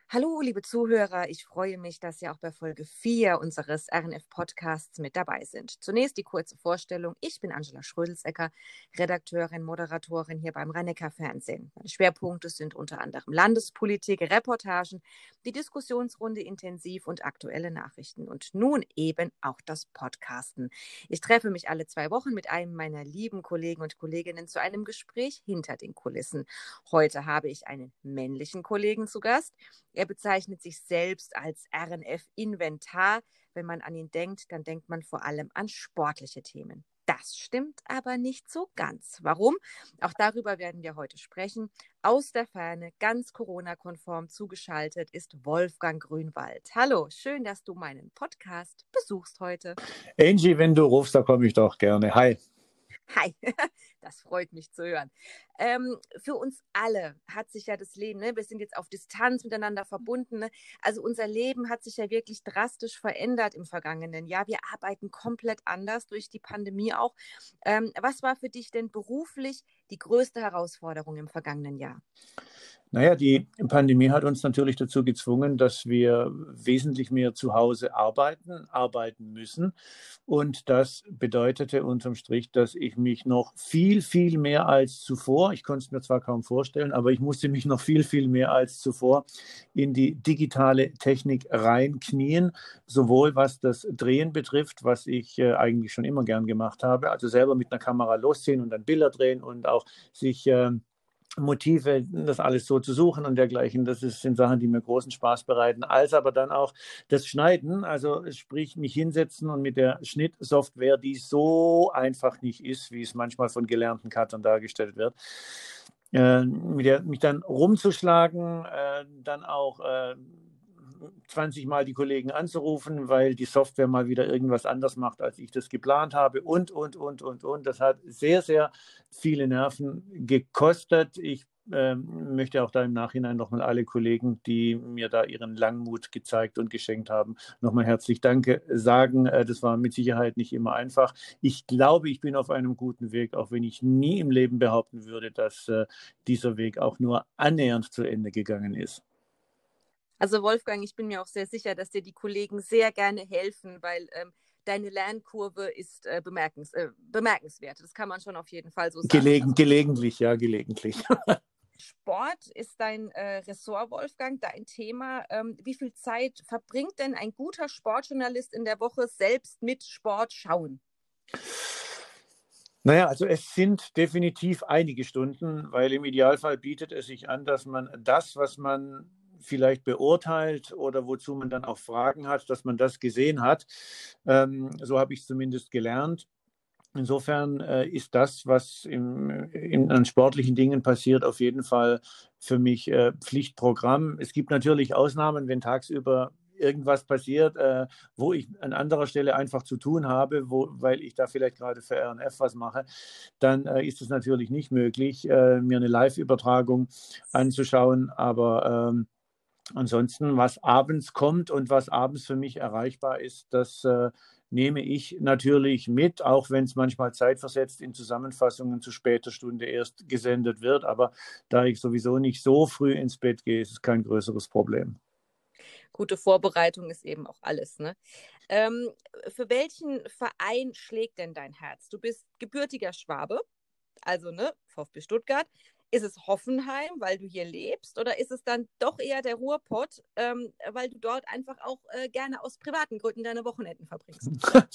Hallo, liebe Zuhörer, ich freue mich, dass Sie auch bei Folge 4 unseres RNF-Podcasts mit dabei sind. Zunächst die kurze Vorstellung. Ich bin Angela Schrödelsecker, Redakteurin, Moderatorin hier beim Rhein-Neckar-Fernsehen. Meine Schwerpunkte sind unter anderem Landespolitik, Reportagen, die Diskussionsrunde intensiv und aktuelle Nachrichten und nun eben auch das Podcasten. Ich treffe mich alle 2 Wochen mit einem meiner lieben Kollegen und Kolleginnen zu einem Gespräch hinter den Kulissen. Heute habe ich einen männlichen Kollegen zu Gast. Er bezeichnet sich selbst als RNF-Inventar. Wenn man an ihn denkt, dann denkt man vor allem an sportliche Themen. Das stimmt aber nicht so ganz. Warum? Auch darüber werden wir heute sprechen. Aus der Ferne, ganz Corona-konform zugeschaltet, ist Wolfgang Grünwald. Hallo, schön, dass du meinen Podcast besuchst heute. Angie, wenn du rufst, da komme ich doch gerne. Hi. Hi, das freut mich zu hören. Für uns alle hat sich ja das Leben, ne? Wir sind jetzt auf Distanz miteinander verbunden. Ne? Also unser Leben hat sich ja wirklich drastisch verändert im vergangenen Jahr. Wir arbeiten komplett anders durch die Pandemie auch. Was war für dich denn beruflich die größte Herausforderung im vergangenen Jahr? Naja, die Pandemie hat uns natürlich dazu gezwungen, dass wir wesentlich mehr zu Hause arbeiten müssen. Und das bedeutete unterm Strich, dass ich mich noch viel, viel mehr als zuvor, ich konnte es mir zwar kaum vorstellen, aber ich musste mich noch viel, viel mehr als zuvor in die digitale Technik reinknien, sowohl was das Drehen betrifft, was ich eigentlich schon immer gern gemacht habe, also selber mit einer Kamera losziehen und dann Bilder drehen und auch sich Motive, das alles so zu suchen und dergleichen, sind Sachen, die mir großen Spaß bereiten, als aber dann auch das Schneiden, also sprich mich hinsetzen und mit der Schnittsoftware, die so einfach nicht ist, wie es manchmal von gelernten Cuttern dargestellt wird, mich dann rumzuschlagen, dann auch 20 Mal die Kollegen anzurufen, weil die Software mal wieder irgendwas anders macht, als ich das geplant habe und. Das hat sehr, sehr viele Nerven gekostet. Ich möchte auch da im Nachhinein nochmal alle Kollegen, die mir da ihren Langmut gezeigt und geschenkt haben, nochmal herzlich Danke sagen. Das war mit Sicherheit nicht immer einfach. Ich glaube, ich bin auf einem guten Weg, auch wenn ich nie im Leben behaupten würde, dass dieser Weg auch nur annähernd zu Ende gegangen ist. Also Wolfgang, ich bin mir auch sehr sicher, dass dir die Kollegen sehr gerne helfen, weil deine Lernkurve ist bemerkenswert. Das kann man schon auf jeden Fall so sagen. Gelegentlich, ja, gelegentlich. Sport ist dein Ressort, Wolfgang, dein Thema. Wie viel Zeit verbringt denn ein guter Sportjournalist in der Woche selbst mit Sport schauen? Naja, also es sind definitiv einige Stunden, weil im Idealfall bietet es sich an, dass man das, was man vielleicht beurteilt oder wozu man dann auch Fragen hat, dass man das gesehen hat. So habe ich es zumindest gelernt. Insofern ist das, was an sportlichen Dingen passiert, auf jeden Fall für mich Pflichtprogramm. Es gibt natürlich Ausnahmen, wenn tagsüber irgendwas passiert, wo ich an anderer Stelle einfach zu tun habe, weil ich da vielleicht gerade für RNF was mache, dann ist es natürlich nicht möglich, mir eine Live-Übertragung anzuschauen. Aber ansonsten, was abends kommt und was abends für mich erreichbar ist, das nehme ich natürlich mit, auch wenn es manchmal zeitversetzt in Zusammenfassungen zu später Stunde erst gesendet wird. Aber da ich sowieso nicht so früh ins Bett gehe, ist es kein größeres Problem. Gute Vorbereitung ist eben auch alles, ne? Für welchen Verein schlägt denn dein Herz? Du bist gebürtiger Schwabe, also ne, VfB Stuttgart. Ist es Hoffenheim, weil du hier lebst, oder ist es dann doch eher der Ruhrpott, weil du dort einfach auch gerne aus privaten Gründen deine Wochenenden verbringst?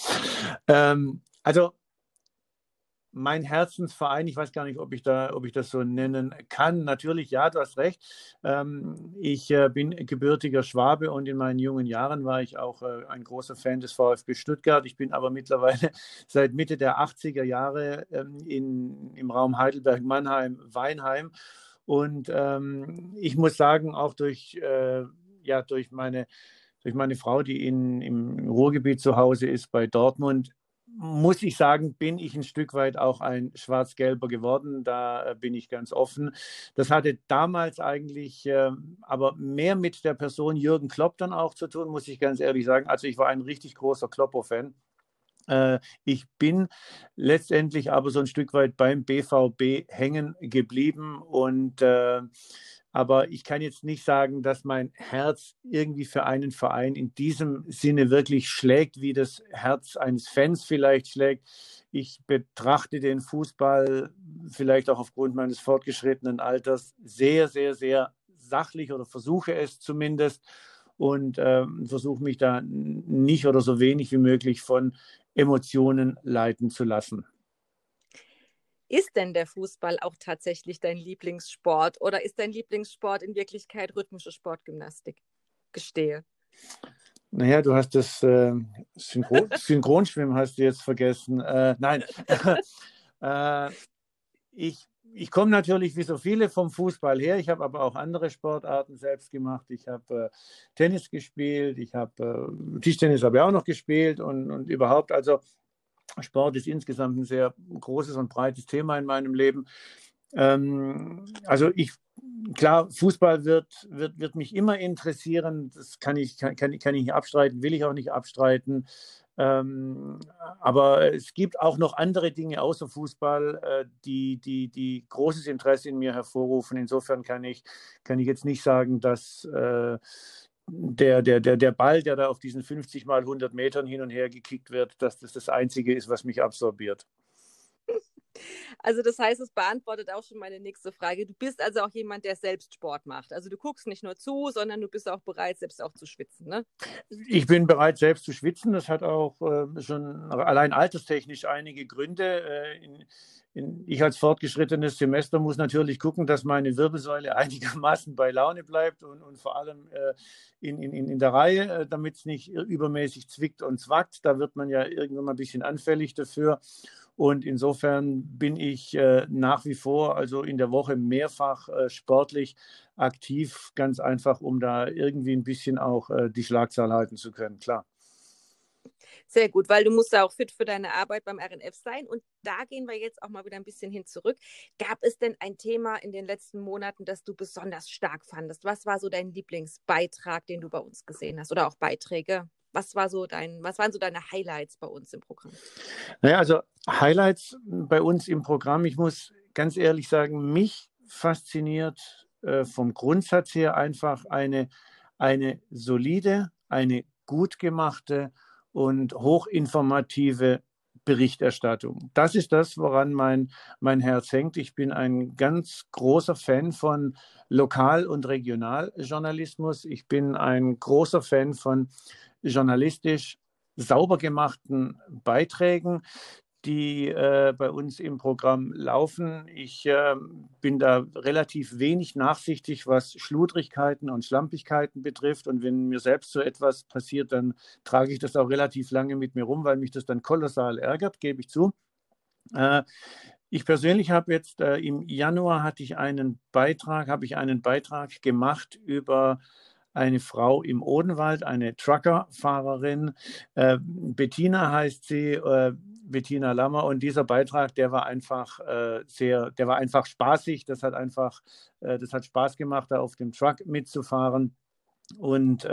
Also mein Herzensverein, ich weiß gar nicht, ob ich das so nennen kann. Natürlich, ja, du hast recht. Ich bin gebürtiger Schwabe und in meinen jungen Jahren war ich auch ein großer Fan des VfB Stuttgart. Ich bin aber mittlerweile seit Mitte der 80er Jahre im Raum Heidelberg, Mannheim, Weinheim. Und ich muss sagen, auch durch meine Frau, die im Ruhrgebiet zu Hause ist, bei Dortmund, muss ich sagen, bin ich ein Stück weit auch ein Schwarz-Gelber geworden. Da bin ich ganz offen. Das hatte damals eigentlich aber mehr mit der Person Jürgen Klopp dann auch zu tun, muss ich ganz ehrlich sagen. Also ich war ein richtig großer Kloppo-Fan. Ich bin letztendlich aber so ein Stück weit beim BVB hängen geblieben und Aber ich kann jetzt nicht sagen, dass mein Herz irgendwie für einen Verein in diesem Sinne wirklich schlägt, wie das Herz eines Fans vielleicht schlägt. Ich betrachte den Fußball vielleicht auch aufgrund meines fortgeschrittenen Alters sehr, sehr, sehr sachlich oder versuche es zumindest und versuche mich da nicht oder so wenig wie möglich von Emotionen leiten zu lassen. Ist denn der Fußball auch tatsächlich dein Lieblingssport oder ist dein Lieblingssport in Wirklichkeit rhythmische Sportgymnastik? Gestehe. Naja, du hast das Synchronschwimmen hast du jetzt vergessen. Nein, äh, ich komme natürlich wie so viele vom Fußball her. Ich habe aber auch andere Sportarten selbst gemacht. Ich habe Tennis gespielt, ich habe Tischtennis habe ich auch noch gespielt und überhaupt. Also Sport ist insgesamt ein sehr großes und breites Thema in meinem Leben. Also klar, Fußball wird mich immer interessieren. Das kann ich nicht abstreiten, will ich auch nicht abstreiten. Aber es gibt auch noch andere Dinge außer Fußball, die großes Interesse in mir hervorrufen. Insofern kann ich jetzt nicht sagen, dass der Ball, der da auf diesen 50 mal 100 Metern hin und her gekickt wird, dass das das Einzige ist, was mich absorbiert. Also das heißt, es beantwortet auch schon meine nächste Frage. Du bist also auch jemand, der selbst Sport macht. Also du guckst nicht nur zu, sondern du bist auch bereit, selbst auch zu schwitzen, ne? Ich bin bereit, selbst zu schwitzen. Das hat auch schon allein alterstechnisch einige Gründe. Ich als fortgeschrittenes Semester muss natürlich gucken, dass meine Wirbelsäule einigermaßen bei Laune bleibt und vor allem in der Reihe, damit es nicht übermäßig zwickt und zwackt. Da wird man ja irgendwann mal ein bisschen anfällig dafür. Und insofern bin ich nach wie vor, also in der Woche mehrfach sportlich aktiv, ganz einfach, um da irgendwie ein bisschen auch die Schlagzahl halten zu können, klar. Sehr gut, weil du musst ja auch fit für deine Arbeit beim RNF sein. Und da gehen wir jetzt auch mal wieder ein bisschen hin zurück. Gab es denn ein Thema in den letzten Monaten, das du besonders stark fandest? Was war so dein Lieblingsbeitrag, den du bei uns gesehen hast? Oder auch Beiträge? Was waren so deine Highlights bei uns im Programm? Naja, also Highlights bei uns im Programm, ich muss ganz ehrlich sagen, mich fasziniert vom Grundsatz her einfach eine solide, eine gut gemachte und hochinformative Berichterstattung. Das ist das, woran mein Herz hängt. Ich bin ein ganz großer Fan von Lokal- und Regionaljournalismus. Ich bin ein großer Fan von journalistisch sauber gemachten Beiträgen, die bei uns im Programm laufen. Ich bin da relativ wenig nachsichtig, was Schludrigkeiten und Schlampigkeiten betrifft. Und wenn mir selbst so etwas passiert, dann trage ich das auch relativ lange mit mir rum, weil mich das dann kolossal ärgert, gebe ich zu. Ich persönlich habe jetzt im Januar habe ich einen Beitrag gemacht über eine Frau im Odenwald, eine Truckerfahrerin. Bettina heißt sie, Bettina Lammer. Und dieser Beitrag, der war einfach der war einfach spaßig. Das hat Spaß gemacht, da auf dem Truck mitzufahren. Und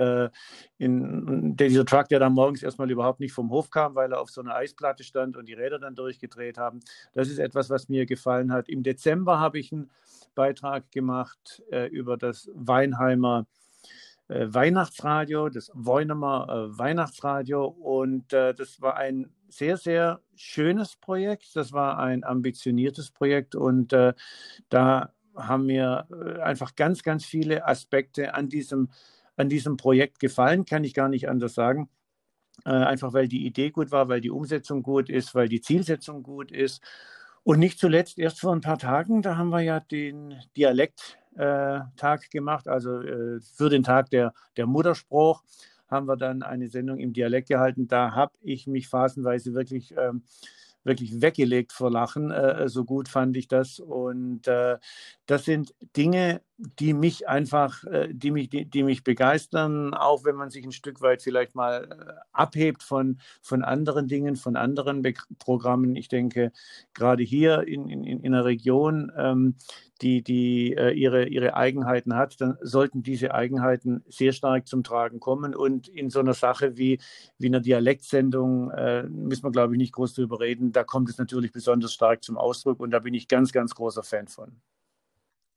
dieser Truck, der dann morgens erstmal überhaupt nicht vom Hof kam, weil er auf so einer Eisplatte stand und die Räder dann durchgedreht haben. Das ist etwas, was mir gefallen hat. Im Dezember habe ich einen Beitrag gemacht über das Weinheimer Weihnachtsradio, das Weunemer Weihnachtsradio. Und das war ein sehr, sehr schönes Projekt. Das war ein ambitioniertes Projekt. Und da haben mir einfach ganz, ganz viele Aspekte an diesem Projekt gefallen, kann ich gar nicht anders sagen. Einfach weil die Idee gut war, weil die Umsetzung gut ist, weil die Zielsetzung gut ist. Und nicht zuletzt, erst vor ein paar Tagen, da haben wir ja den Dialekttag gemacht, also für den Tag der Mutterspruch haben wir dann eine Sendung im Dialekt gehalten. Da habe ich mich phasenweise wirklich weggelegt vor Lachen. So gut fand ich das. Und das sind Dinge, die mich einfach, die mich begeistern, auch wenn man sich ein Stück weit vielleicht mal abhebt von anderen Dingen, von anderen Programmen. Ich denke, gerade hier in einer Region, die ihre Eigenheiten hat, dann sollten diese Eigenheiten sehr stark zum Tragen kommen. Und in so einer Sache wie einer Dialektsendung müssen wir, glaube ich, nicht groß drüber reden. Da kommt es natürlich besonders stark zum Ausdruck und da bin ich ganz, ganz großer Fan von.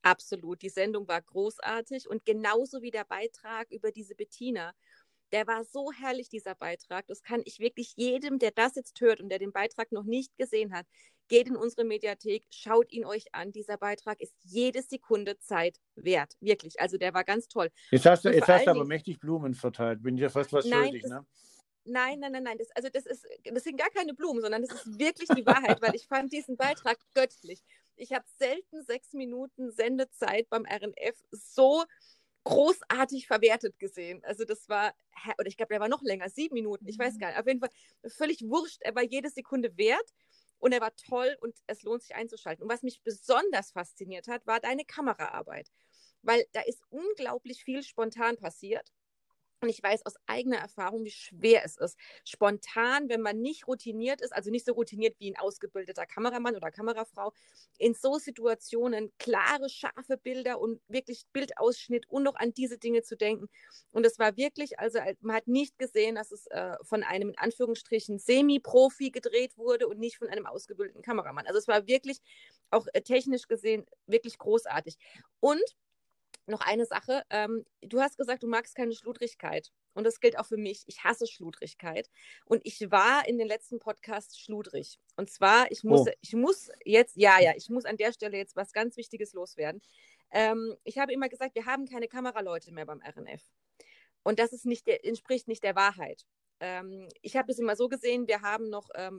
Absolut. Die Sendung war großartig und genauso wie der Beitrag über diese Bettina. Der war so herrlich, dieser Beitrag. Das kann ich wirklich jedem, der das jetzt hört und der den Beitrag noch nicht gesehen hat, geht in unsere Mediathek, schaut ihn euch an. Dieser Beitrag ist jede Sekunde Zeit wert. Wirklich. Also der war ganz toll. Und Jetzt vor hast du allen aber Dingen, mächtig Blumen verteilt. Bin dir fast was nein, schuldig, ne? nein. Das sind gar keine Blumen, sondern das ist wirklich die Wahrheit, weil ich fand diesen Beitrag göttlich. Ich habe selten 6 Minuten Sendezeit beim RNF so großartig verwertet gesehen. Also das war, oder ich glaube, der war noch länger, 7 Minuten, ich weiß gar nicht. Auf jeden Fall völlig wurscht, er war jede Sekunde wert und er war toll und es lohnt sich einzuschalten. Und was mich besonders fasziniert hat, war deine Kameraarbeit, weil da ist unglaublich viel spontan passiert. Und ich weiß aus eigener Erfahrung, wie schwer es ist, spontan, wenn man nicht routiniert ist, also nicht so routiniert wie ein ausgebildeter Kameramann oder Kamerafrau, in so Situationen klare, scharfe Bilder und wirklich Bildausschnitt und noch an diese Dinge zu denken. Und es war wirklich, also man hat nicht gesehen, dass es von einem in Anführungsstrichen Semi-Profi gedreht wurde und nicht von einem ausgebildeten Kameramann. Also es war wirklich auch technisch gesehen wirklich großartig. Und noch eine Sache. Du hast gesagt, du magst keine Schludrigkeit. Und das gilt auch für mich. Ich hasse Schludrigkeit. Und ich war in den letzten Podcasts schludrig. Und zwar, ich muss jetzt, ich muss an der Stelle jetzt was ganz Wichtiges loswerden. Ich habe immer gesagt, wir haben keine Kameraleute mehr beim RNF. Und das ist entspricht nicht der Wahrheit. Ich habe es immer so gesehen, wir haben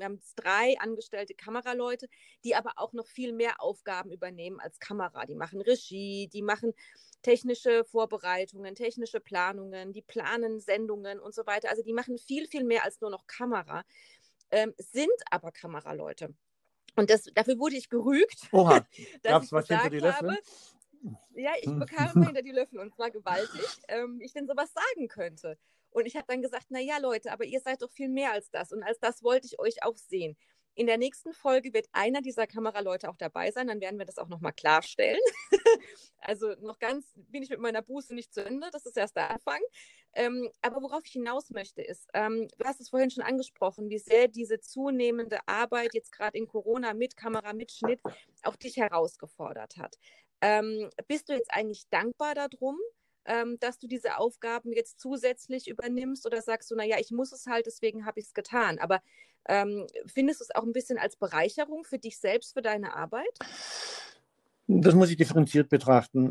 3 angestellte Kameraleute, die aber auch noch viel mehr Aufgaben übernehmen als Kamera. Die machen Regie, die machen technische Vorbereitungen, technische Planungen, die planen Sendungen und so weiter. Also die machen viel, viel mehr als nur noch Kamera, sind aber Kameraleute. Und dafür wurde ich gerügt, Oha, dass gab es ich was hinter die gesagt habe, Löffel? ja, ich bekam immer hinter die Löffel und zwar gewaltig, ich denn sowas sagen könnte. Und ich habe dann gesagt, naja Leute, aber ihr seid doch viel mehr als das und als das wollte ich euch auch sehen. In der nächsten Folge wird einer dieser Kameraleute auch dabei sein, dann werden wir das auch nochmal klarstellen. Also bin ich mit meiner Buße nicht zu Ende, das ist erst der Anfang. Aber worauf ich hinaus möchte ist, du hast es vorhin schon angesprochen, wie sehr diese zunehmende Arbeit jetzt gerade in Corona mit Kamera, mit Schnitt auch dich herausgefordert hat. Bist du jetzt eigentlich dankbar darum, dass du diese Aufgaben jetzt zusätzlich übernimmst oder sagst du, naja, ich muss es halt, deswegen habe ich es getan. Aber findest du es auch ein bisschen als Bereicherung für dich selbst, für deine Arbeit? Das muss ich differenziert betrachten.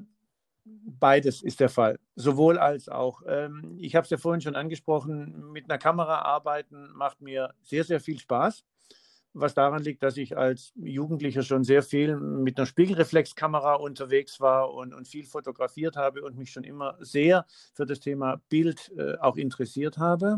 Beides ist der Fall, sowohl als auch. Ich habe es ja vorhin schon angesprochen, mit einer Kamera arbeiten macht mir sehr, sehr viel Spaß, was daran liegt, dass ich als Jugendlicher schon sehr viel mit einer Spiegelreflexkamera unterwegs war und viel fotografiert habe und mich schon immer sehr für das Thema Bild auch interessiert habe.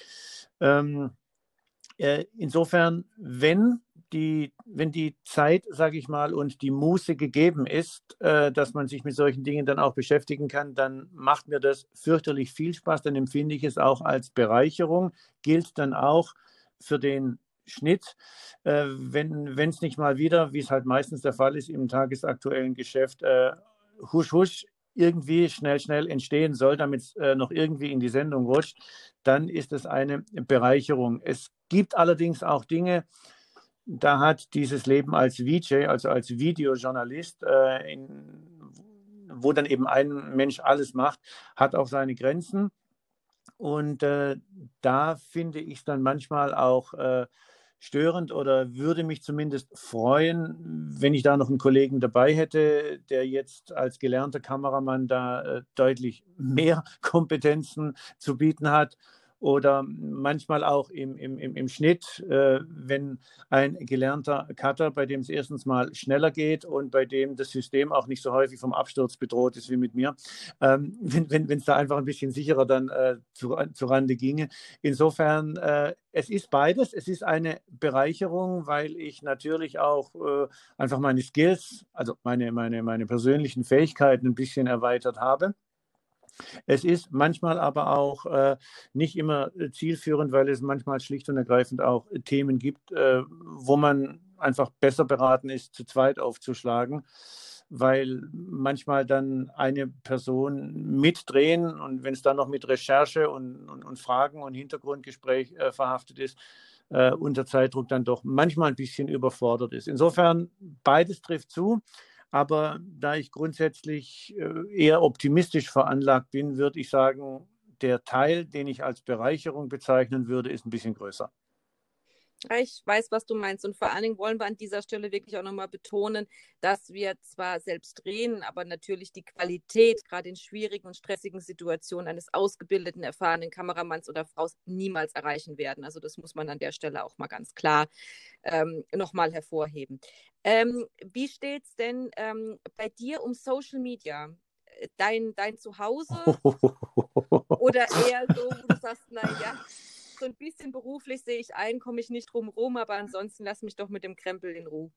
Insofern, wenn die Zeit, sage ich mal, und die Muße gegeben ist, dass man sich mit solchen Dingen dann auch beschäftigen kann, dann macht mir das fürchterlich viel Spaß, dann empfinde ich es auch als Bereicherung, gilt dann auch für den Schnitt, wenn es nicht mal wieder, wie es halt meistens der Fall ist im tagesaktuellen Geschäft, husch, husch, irgendwie schnell entstehen soll, damit es noch irgendwie in die Sendung rutscht, dann ist es eine Bereicherung. Es gibt allerdings auch Dinge, da hat dieses Leben als VJ, also als Videojournalist, wo dann eben ein Mensch alles macht, hat auch seine Grenzen. Und da finde ich es dann manchmal auch störend oder würde mich zumindest freuen, wenn ich da noch einen Kollegen dabei hätte, der jetzt als gelernter Kameramann da deutlich mehr Kompetenzen zu bieten hat. Oder manchmal auch im Schnitt, wenn ein gelernter Cutter, bei dem es erstens mal schneller geht und bei dem das System auch nicht so häufig vom Absturz bedroht ist wie mit mir, wenn es da einfach ein bisschen sicherer dann zu Rande ginge. Insofern, es ist beides. Es ist eine Bereicherung, weil ich natürlich auch einfach meine Skills, also meine persönlichen Fähigkeiten ein bisschen erweitert habe. Es ist manchmal aber auch nicht immer zielführend, weil es manchmal schlicht und ergreifend auch Themen gibt, wo man einfach besser beraten ist, zu zweit aufzuschlagen, weil manchmal dann eine Person mitdrehen und wenn es dann noch mit Recherche und Fragen und Hintergrundgespräch verhaftet ist, unter Zeitdruck dann doch manchmal ein bisschen überfordert ist. Insofern, beides trifft zu. Aber da ich grundsätzlich eher optimistisch veranlagt bin, würde ich sagen, der Teil, den ich als Bereicherung bezeichnen würde, ist ein bisschen größer. Ja, ich weiß, was du meinst. Und vor allen Dingen wollen wir an dieser Stelle wirklich auch nochmal betonen, dass wir zwar selbst drehen, aber natürlich die Qualität, gerade in schwierigen und stressigen Situationen eines ausgebildeten, erfahrenen Kameramanns oder Fraus niemals erreichen werden. Also das muss man an der Stelle auch mal ganz klar nochmal hervorheben. Wie steht es denn bei dir um Social Media? Dein Zuhause oder eher so, wo du sagst, naja, so ein bisschen beruflich sehe ich ein, komme ich nicht drum rum, aber ansonsten lass mich doch mit dem Krempel in Ruhe.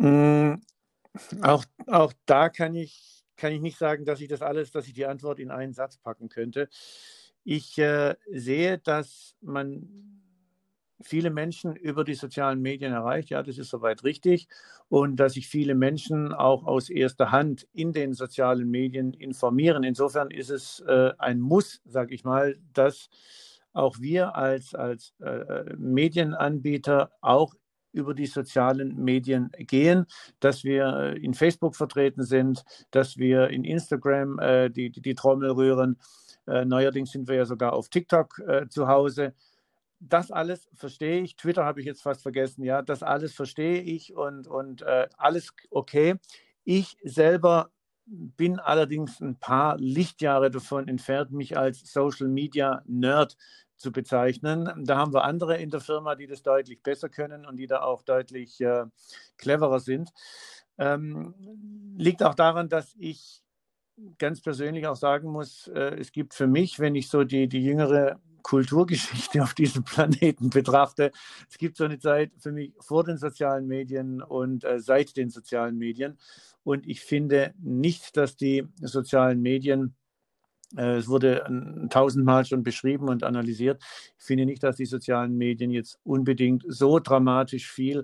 Auch da kann ich nicht sagen, dass ich die Antwort in einen Satz packen könnte. Ich sehe, dass man viele Menschen über die sozialen Medien erreicht. Ja, das ist soweit richtig. Und dass sich viele Menschen auch aus erster Hand in den sozialen Medien informieren. Insofern ist es ein Muss, sage ich mal, dass auch wir als Medienanbieter auch über die sozialen Medien gehen, dass wir in Facebook vertreten sind, dass wir in Instagram die Trommel rühren. Neuerdings sind wir ja sogar auf TikTok zu Hause. Das alles verstehe ich. Twitter habe ich jetzt fast vergessen. Ja, das alles verstehe ich und alles okay. Ich selber bin allerdings ein paar Lichtjahre davon entfernt, mich als Social Media Nerd zu bezeichnen. Da haben wir andere in der Firma, die das deutlich besser können und die da auch deutlich cleverer sind. Liegt auch daran, dass ich ganz persönlich auch sagen muss, es gibt für mich, wenn ich so die jüngere Kulturgeschichte auf diesem Planeten betrachte, es gibt so eine Zeit für mich vor den sozialen Medien und seit den sozialen Medien. Und ich finde nicht, dass die sozialen Medien, es wurde 1000-mal schon beschrieben und analysiert, ich finde nicht, dass die sozialen Medien jetzt unbedingt so dramatisch viel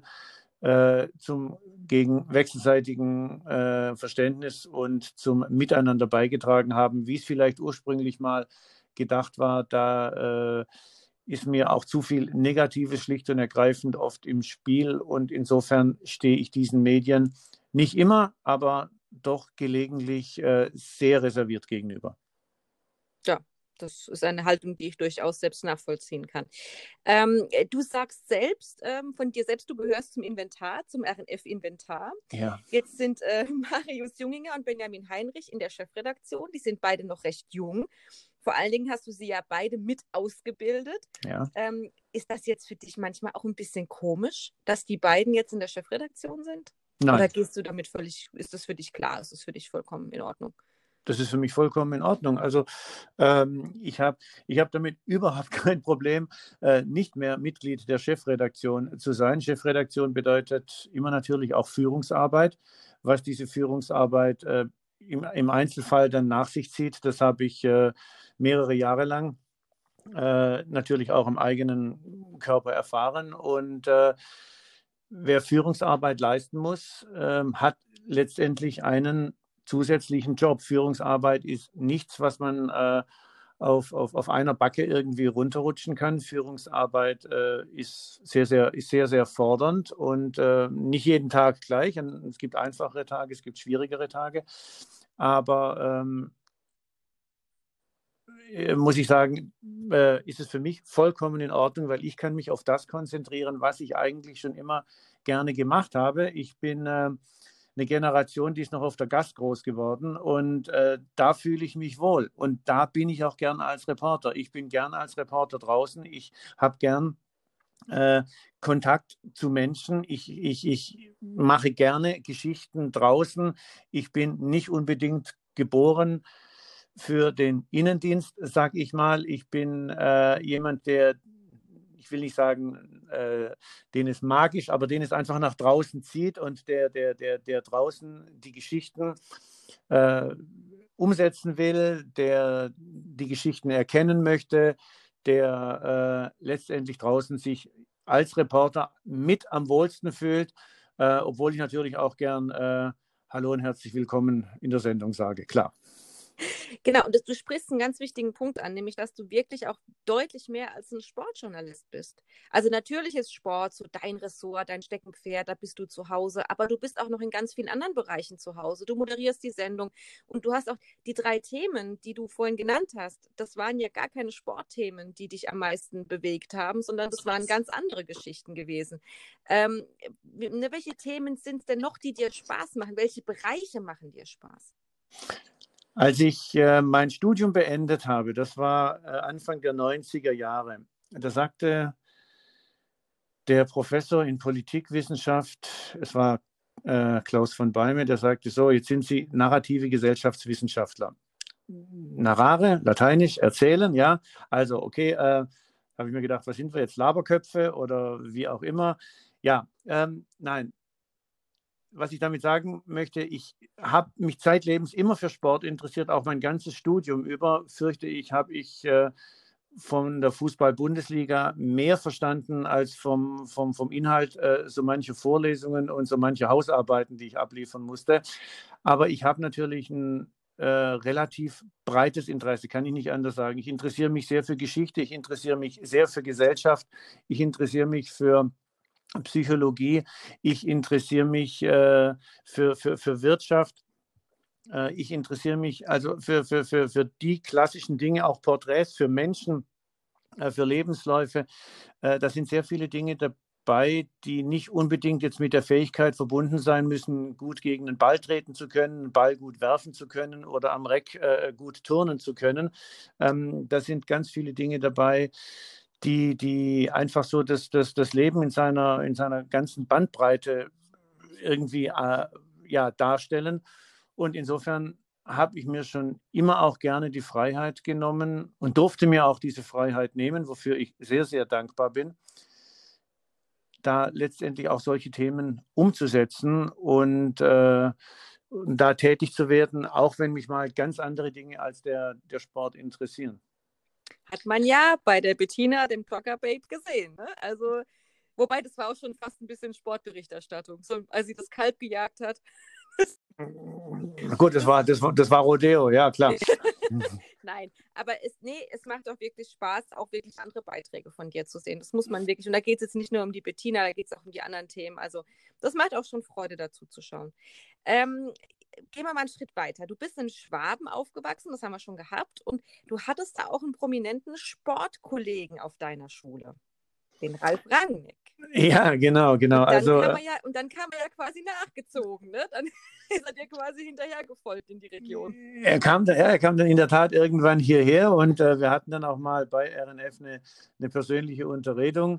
zum gegen wechselseitigen Verständnis und zum Miteinander beigetragen haben, wie es vielleicht ursprünglich mal gedacht war. Da ist mir auch zu viel Negatives schlicht und ergreifend oft im Spiel und insofern stehe ich diesen Medien nicht immer, aber doch gelegentlich sehr reserviert gegenüber. Ja, das ist eine Haltung, die ich durchaus selbst nachvollziehen kann. Du sagst selbst, von dir selbst, du gehörst zum Inventar, zum RNF-Inventar. Ja. Jetzt sind Marius Junginger und Benjamin Heinrich in der Chefredaktion. Die sind beide noch recht jung. Vor allen Dingen hast du sie ja beide mit ausgebildet. Ja. Ist das jetzt für dich manchmal auch ein bisschen komisch, dass die beiden jetzt in der Chefredaktion sind? Nein. Oder gehst du damit völlig, ist das für dich klar? Ist das für dich vollkommen in Ordnung? Das ist für mich vollkommen in Ordnung. Also ich hab damit überhaupt kein Problem, nicht mehr Mitglied der Chefredaktion zu sein. Chefredaktion bedeutet immer natürlich auch Führungsarbeit. Was diese Führungsarbeit im Einzelfall dann nach sich zieht, das habe ich mehrere Jahre lang natürlich auch im eigenen Körper erfahren. Und wer Führungsarbeit leisten muss, hat letztendlich einen zusätzlichen Job. Führungsarbeit ist nichts, was man auf einer Backe irgendwie runterrutschen kann. Führungsarbeit ist sehr fordernd und nicht jeden Tag gleich. Es gibt einfachere Tage, es gibt schwierigere Tage. Aber muss ich sagen, ist es für mich vollkommen in Ordnung, weil ich kann mich auf das konzentrieren, was ich eigentlich schon immer gerne gemacht habe. Ich bin eine Generation, die ist noch auf der Gast groß geworden und da fühle ich mich wohl und da bin ich auch gern als Reporter. Ich bin gern als Reporter draußen. Ich habe gern Kontakt zu Menschen. Ich mache gerne Geschichten draußen. Ich bin nicht unbedingt geboren für den Innendienst, sage ich mal. Ich bin jemand, der, ich will nicht sagen, den es magisch, aber den es einfach nach draußen zieht und der draußen die Geschichten umsetzen will, der die Geschichten erkennen möchte, der letztendlich draußen sich als Reporter mit am wohlsten fühlt, obwohl ich natürlich auch gern Hallo und herzlich willkommen in der Sendung sage, klar. Genau, und du sprichst einen ganz wichtigen Punkt an, nämlich, dass du wirklich auch deutlich mehr als ein Sportjournalist bist. Also natürlich ist Sport so dein Ressort, dein Steckenpferd, da bist du zu Hause, aber du bist auch noch in ganz vielen anderen Bereichen zu Hause. Du moderierst die Sendung und du hast auch die 3 Themen, die du vorhin genannt hast. Das waren ja gar keine Sportthemen, die dich am meisten bewegt haben, sondern das waren ganz andere Geschichten gewesen. Ähm, welche Themen sind es denn noch, die dir Spaß machen? Welche Bereiche machen dir Spaß? Als ich mein Studium beendet habe, das war Anfang der 90er Jahre, da sagte der Professor in Politikwissenschaft, es war Klaus von Beime, der sagte so, jetzt sind Sie narrative Gesellschaftswissenschaftler. Narrare, lateinisch, erzählen, ja. Also, okay, habe ich mir gedacht, was sind wir jetzt, Laberköpfe oder wie auch immer. Ja, nein. Was ich damit sagen möchte, ich habe mich zeitlebens immer für Sport interessiert, auch mein ganzes Studium über, fürchte ich, habe ich von der Fußball-Bundesliga mehr verstanden als vom Inhalt so manche Vorlesungen und so manche Hausarbeiten, die ich abliefern musste. Aber ich habe natürlich ein relativ breites Interesse, kann ich nicht anders sagen. Ich interessiere mich sehr für Geschichte, ich interessiere mich sehr für Gesellschaft, ich interessiere mich für Psychologie, ich interessiere mich für Wirtschaft, ich interessiere mich also für die klassischen Dinge, auch Porträts für Menschen, für Lebensläufe. Da sind sehr viele Dinge dabei, die nicht unbedingt jetzt mit der Fähigkeit verbunden sein müssen, gut gegen den Ball treten zu können, einen Ball gut werfen zu können oder am Reck gut turnen zu können. Da sind ganz viele Dinge dabei, die einfach so das Leben in seiner ganzen Bandbreite irgendwie ja, darstellen. Und insofern habe ich mir schon immer auch gerne die Freiheit genommen und durfte mir auch diese Freiheit nehmen, wofür ich sehr, sehr dankbar bin, da letztendlich auch solche Themen umzusetzen und da tätig zu werden, auch wenn mich mal ganz andere Dinge als der Sport interessieren. Hat man ja bei der Bettina, dem Trucker-Babe, gesehen. Ne? Also, wobei, das war auch schon fast ein bisschen Sportberichterstattung. So, als sie das Kalb gejagt hat. Gut, das war Rodeo, ja, klar. Nein, aber es macht auch wirklich Spaß, auch wirklich andere Beiträge von dir zu sehen. Das muss man wirklich. Und da geht es jetzt nicht nur um die Bettina, da geht es auch um die anderen Themen. Also, das macht auch schon Freude, dazu zu schauen. Gehen wir mal einen Schritt weiter. Du bist in Schwaben aufgewachsen, das haben wir schon gehabt. Und du hattest da auch einen prominenten Sportkollegen auf deiner Schule, den Ralf Rangnick. Ja, genau. Und dann, also, kam er ja quasi nachgezogen, ne? Dann ist er dir quasi hinterhergefolgt in die Region. Er kam dann in der Tat irgendwann hierher und wir hatten dann auch mal bei RNF eine persönliche Unterredung,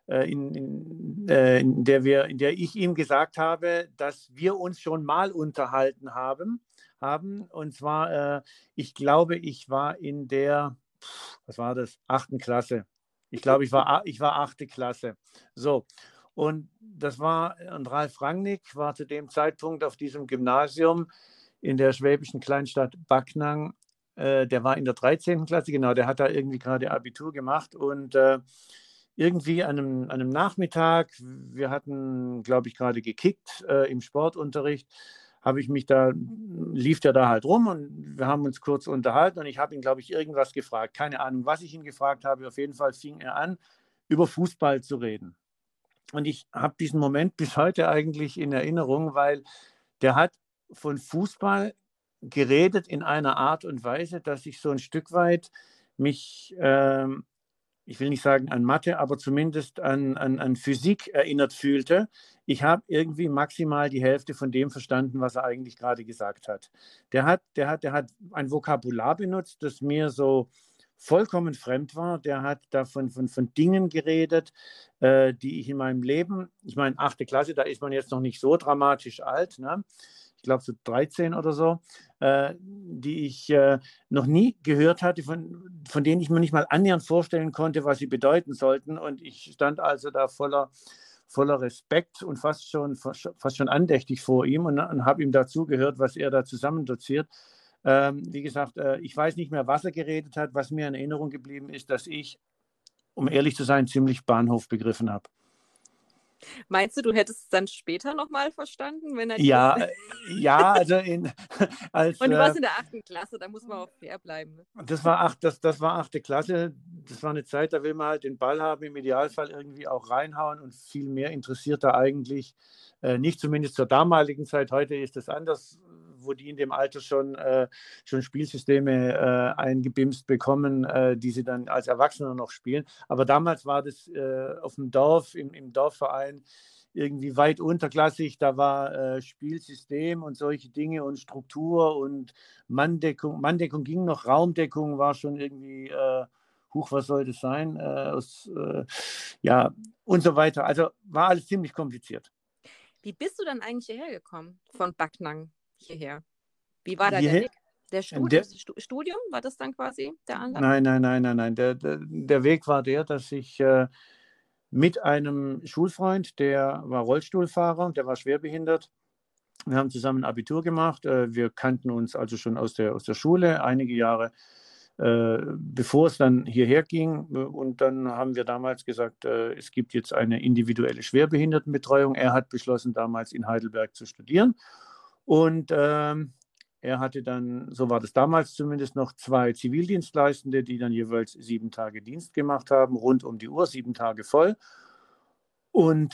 in der ich ihm gesagt habe, dass wir uns schon mal unterhalten haben. Und zwar, ich glaube, ich war in der, was war das, 8. Klasse. Ich glaube, ich war 8. Klasse. So. Und Ralf Rangnick war zu dem Zeitpunkt auf diesem Gymnasium in der schwäbischen Kleinstadt Backnang. Der war in der 13. Klasse, genau, der hat da irgendwie gerade Abitur gemacht und irgendwie an einem Nachmittag, wir hatten, glaube ich, gerade gekickt im Sportunterricht, lief der da halt rum und wir haben uns kurz unterhalten und ich habe ihn, glaube ich, irgendwas gefragt. Keine Ahnung, was ich ihn gefragt habe. Auf jeden Fall fing er an, über Fußball zu reden. Und ich habe diesen Moment bis heute eigentlich in Erinnerung, weil der hat von Fußball geredet in einer Art und Weise, dass ich so ein Stück weit mich, ich will nicht sagen an Mathe, aber zumindest an Physik erinnert fühlte. Ich habe irgendwie maximal die Hälfte von dem verstanden, was er eigentlich gerade gesagt hat. Der hat ein Vokabular benutzt, das mir so vollkommen fremd war. Der hat da von Dingen geredet, die ich in meinem Leben, ich meine, 8. Klasse, da ist man jetzt noch nicht so dramatisch alt, ne? Ich glaube so 13 oder so, die ich noch nie gehört hatte, von denen ich mir nicht mal annähernd vorstellen konnte, was sie bedeuten sollten. Und ich stand also da voller Respekt und fast schon andächtig vor ihm und habe ihm dazugehört, was er da zusammendoziert. Wie gesagt, ich weiß nicht mehr, was er geredet hat. Was mir in Erinnerung geblieben ist, dass ich, um ehrlich zu sein, ziemlich Bahnhof begriffen habe. Meinst du, du hättest es dann später nochmal verstanden, wenn er dir das... Ja, ja, also als Und du warst in der 8. Klasse, da muss man auch fair bleiben. Ne? das war 8. Klasse. Das war eine Zeit, da will man halt den Ball haben, im Idealfall irgendwie auch reinhauen, und viel mehr interessiert da eigentlich nicht, zumindest zur damaligen Zeit. Heute ist es anders, wo die in dem Alter schon Spielsysteme eingebimst bekommen, die sie dann als Erwachsene noch spielen. Aber damals war das auf dem Dorf, im Dorfverein, irgendwie weit unterklassig. Da war Spielsystem und solche Dinge und Struktur und Manndeckung. Manndeckung ging noch, Raumdeckung war schon irgendwie, was soll das sein? Ja, und so weiter. Also war alles ziemlich kompliziert. Wie bist du dann eigentlich hierher gekommen, von Backnang hierher? Wie war da der Hierher, Weg? der, Das Studium, war das dann quasi der Anlass? nein, nein, nein, nein, nein. Der Weg war der, dass ich mit einem Schulfreund, der war Rollstuhlfahrer, der war schwerbehindert. Wir haben zusammen Abitur gemacht. Wir kannten uns also schon aus der Schule einige Jahre, bevor es dann hierher ging. Und dann haben wir damals gesagt, es gibt jetzt eine individuelle Schwerbehindertenbetreuung. Er hat beschlossen, damals in Heidelberg zu studieren. Und er hatte dann, so war das damals zumindest, noch 2 Zivildienstleistende, die dann jeweils 7 Tage Dienst gemacht haben, rund um die Uhr, 7 Tage voll. Und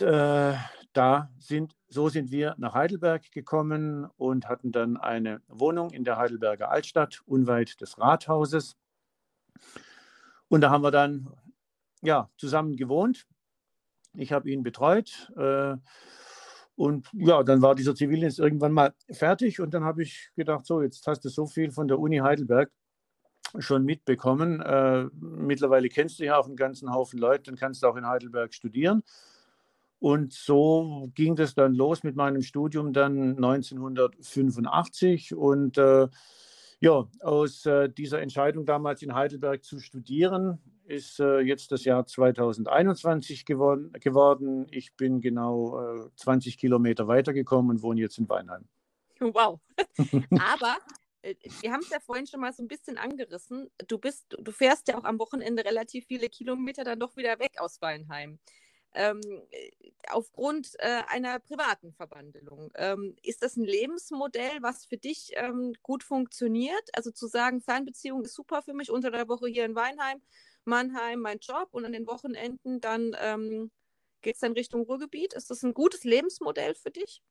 so sind wir nach Heidelberg gekommen und hatten dann eine Wohnung in der Heidelberger Altstadt, unweit des Rathauses. Und da haben wir dann ja, zusammen gewohnt. Ich habe ihn betreut. Und ja, dann war dieser Zivildienst irgendwann mal fertig. Und dann habe ich gedacht, so, jetzt hast du so viel von der Uni Heidelberg schon mitbekommen. Mittlerweile kennst du ja auch einen ganzen Haufen Leute, dann kannst du auch in Heidelberg studieren. Und so ging das dann los mit meinem Studium dann 1985. Und ja, aus dieser Entscheidung damals in Heidelberg zu studieren, ist jetzt das Jahr 2021 geworden. Ich bin genau 20 Kilometer weitergekommen und wohne jetzt in Weinheim. Wow. Aber wir haben es ja vorhin schon mal so ein bisschen angerissen. Du fährst ja auch am Wochenende relativ viele Kilometer dann doch wieder weg aus Weinheim. Aufgrund einer privaten Verbandelung. Ist das ein Lebensmodell, was für dich gut funktioniert? Also zu sagen, Fernbeziehung ist super für mich, unter der Woche hier in Weinheim, Mannheim, mein Job, und an den Wochenenden dann geht es dann Richtung Ruhrgebiet. Ist das ein gutes Lebensmodell für dich?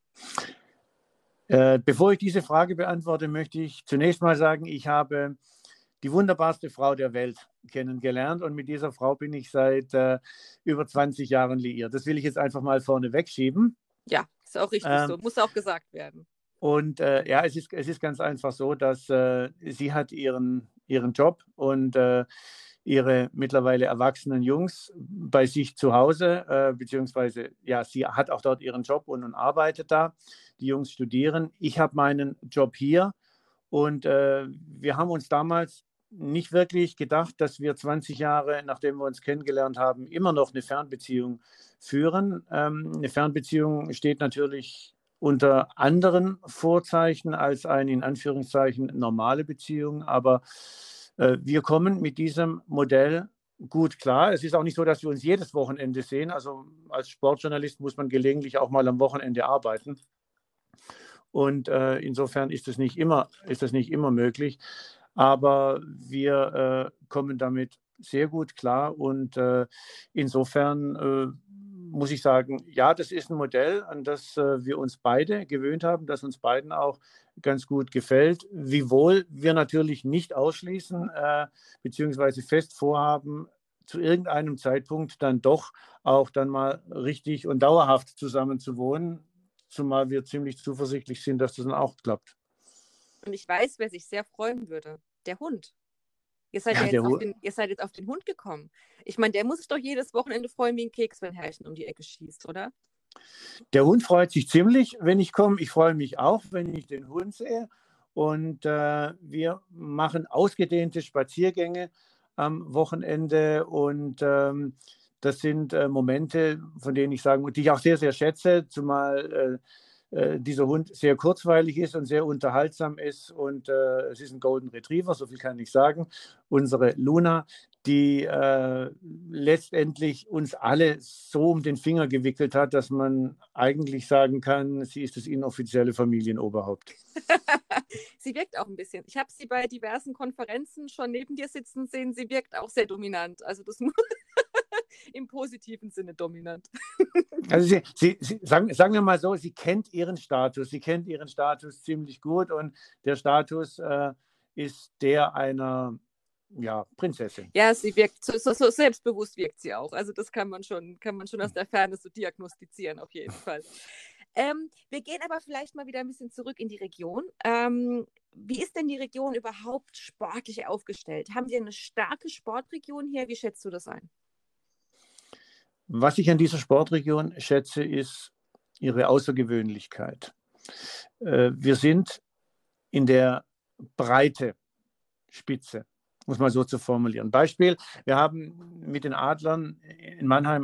Bevor ich diese Frage beantworte, möchte ich zunächst mal sagen, ich habe die wunderbarste Frau der Welt kennengelernt, und mit dieser Frau bin ich seit über 20 Jahren liiert. Das will ich jetzt einfach mal vorne wegschieben. Ja, ist auch richtig so. Muss auch gesagt werden. Und ja, es ist ganz einfach so, dass sie hat ihren Job und ihre mittlerweile erwachsenen Jungs bei sich zu Hause, beziehungsweise ja, sie hat auch dort ihren Job und arbeitet da. Die Jungs studieren. Ich habe meinen Job hier, und wir haben uns damals nicht wirklich gedacht, dass wir 20 Jahre, nachdem wir uns kennengelernt haben, immer noch eine Fernbeziehung führen. Eine Fernbeziehung steht natürlich unter anderen Vorzeichen als eine in Anführungszeichen normale Beziehung, aber wir kommen mit diesem Modell gut klar. Es ist auch nicht so, dass wir uns jedes Wochenende sehen. Also als Sportjournalist muss man gelegentlich auch mal am Wochenende arbeiten. Und insofern ist das nicht immer möglich. Aber wir kommen damit sehr gut klar. Und insofern muss ich sagen, ja, das ist ein Modell, an das wir uns beide gewöhnt haben, das uns beiden auch ganz gut gefällt. Wiewohl wir natürlich nicht ausschließen, beziehungsweise fest vorhaben, zu irgendeinem Zeitpunkt dann doch auch dann mal richtig und dauerhaft zusammen zu wohnen. Zumal wir ziemlich zuversichtlich sind, dass das dann auch klappt. Und ich weiß, wer sich sehr freuen würde. Der Hund. Ihr seid Ja, ihr seid jetzt auf den Hund gekommen. Ich meine, der muss sich doch jedes Wochenende freuen wie ein Keks, wenn Herrchen um die Ecke schießt, oder? der Hund freut sich ziemlich, wenn ich komme. Ich freue mich auch, wenn ich den Hund sehe. Und wir machen ausgedehnte Spaziergänge am Wochenende. Und das sind Momente, von denen ich sagen muss, die ich auch sehr, sehr schätze, zumal dieser Hund sehr kurzweilig ist und sehr unterhaltsam ist. Und es ist ein Golden Retriever, so viel kann ich sagen. Unsere Luna, die letztendlich uns alle so um den Finger gewickelt hat, dass man eigentlich sagen kann, sie ist das inoffizielle Familienoberhaupt. Sie wirkt auch ein bisschen. Ich habe sie bei diversen Konferenzen schon neben dir sitzen sehen. Sie wirkt auch sehr dominant. Also das muss im positiven Sinne dominant. Also sagen wir mal so, sie kennt ihren Status. Sie kennt ihren Status ziemlich gut und der Status ist der einer Prinzessin. Ja, sie wirkt, so selbstbewusst wirkt sie auch. Also das kann man schon aus der Ferne so diagnostizieren, auf jeden Fall. Wir gehen aber vielleicht mal wieder ein bisschen zurück in die Region. Wie ist denn die Region überhaupt sportlich aufgestellt? Haben Sie eine starke Sportregion hier? Wie schätzt du das ein? Was ich an dieser Sportregion schätze, ist ihre Außergewöhnlichkeit. Wir sind in der Breite Spitze, muss man so zu formulieren. Beispiel, wir haben mit den Adlern in Mannheim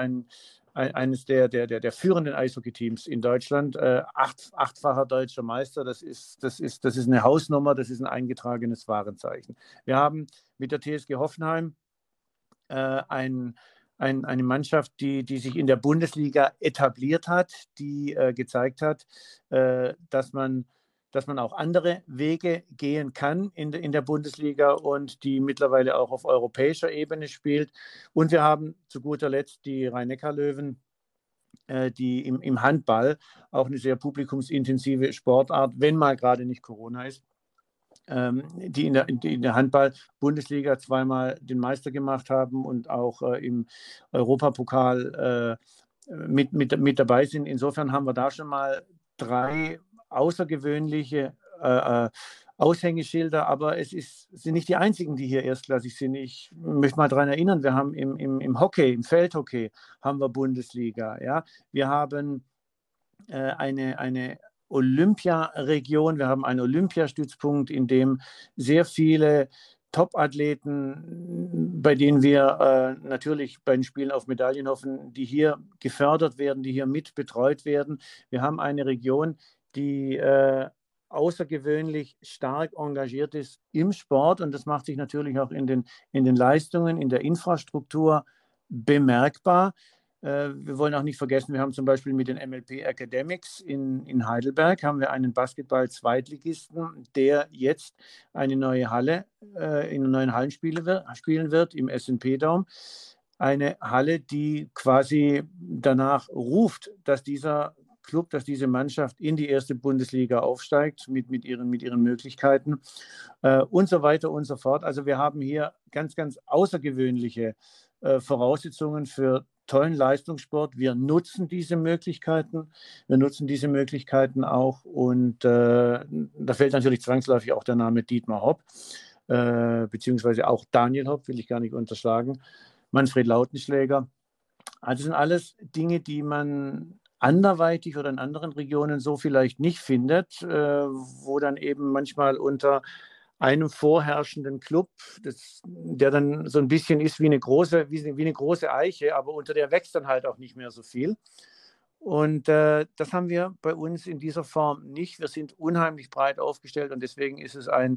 eines der führenden Eishockey-Teams in Deutschland, achtfacher deutscher Meister. Das ist eine Hausnummer, das ist ein eingetragenes Warenzeichen. Wir haben mit der TSG Hoffenheim eine Mannschaft, die sich in der Bundesliga etabliert hat, die gezeigt hat, dass man auch andere Wege gehen kann in der Bundesliga und die mittlerweile auch auf europäischer Ebene spielt. Und wir haben zu guter Letzt die Rhein-Neckar-Löwen, die im Handball auch eine sehr publikumsintensive Sportart, wenn mal gerade nicht Corona ist, die in der Handball-Bundesliga zweimal den Meister gemacht haben und auch im Europapokal mit dabei sind. Insofern haben wir da schon mal 3 außergewöhnliche Aushängeschilder, aber sind nicht die einzigen, die hier erstklassig sind. Ich möchte mal daran erinnern, wir haben im Hockey, im Feldhockey haben wir Bundesliga. Ja? Wir haben eine Olympiaregion, wir haben einen Olympiastützpunkt, in dem sehr viele Top-Athleten, bei denen wir natürlich bei den Spielen auf Medaillen hoffen, die hier gefördert werden, die hier mit betreut werden. Wir haben eine Region, die außergewöhnlich stark engagiert ist im Sport und das macht sich natürlich auch in den Leistungen, in der Infrastruktur bemerkbar. Wir wollen auch nicht vergessen, wir haben zum Beispiel mit den MLP Academics in Heidelberg haben wir einen Basketball-Zweitligisten, der jetzt eine neue Halle in einem neuen Hallenspielen wird, im S&P Dome. Eine Halle, die quasi danach ruft, dass dieser Club, dass diese Mannschaft in die erste Bundesliga aufsteigt mit ihren Möglichkeiten und so weiter und so fort. Also wir haben hier ganz, ganz außergewöhnliche Voraussetzungen für tollen Leistungssport. Wir nutzen diese Möglichkeiten. Wir nutzen diese Möglichkeiten auch. Und da fällt natürlich zwangsläufig auch der Name Dietmar Hopp, beziehungsweise auch Daniel Hopp, will ich gar nicht unterschlagen. Manfred Lautenschläger. Also das sind alles Dinge, die man anderweitig oder in anderen Regionen so vielleicht nicht findet, wo dann eben manchmal unter einem vorherrschenden Club, der dann so ein bisschen ist wie eine große Eiche, aber unter der wächst dann halt auch nicht mehr so viel. Und das haben wir bei uns in dieser Form nicht. Wir sind unheimlich breit aufgestellt und deswegen ist es ein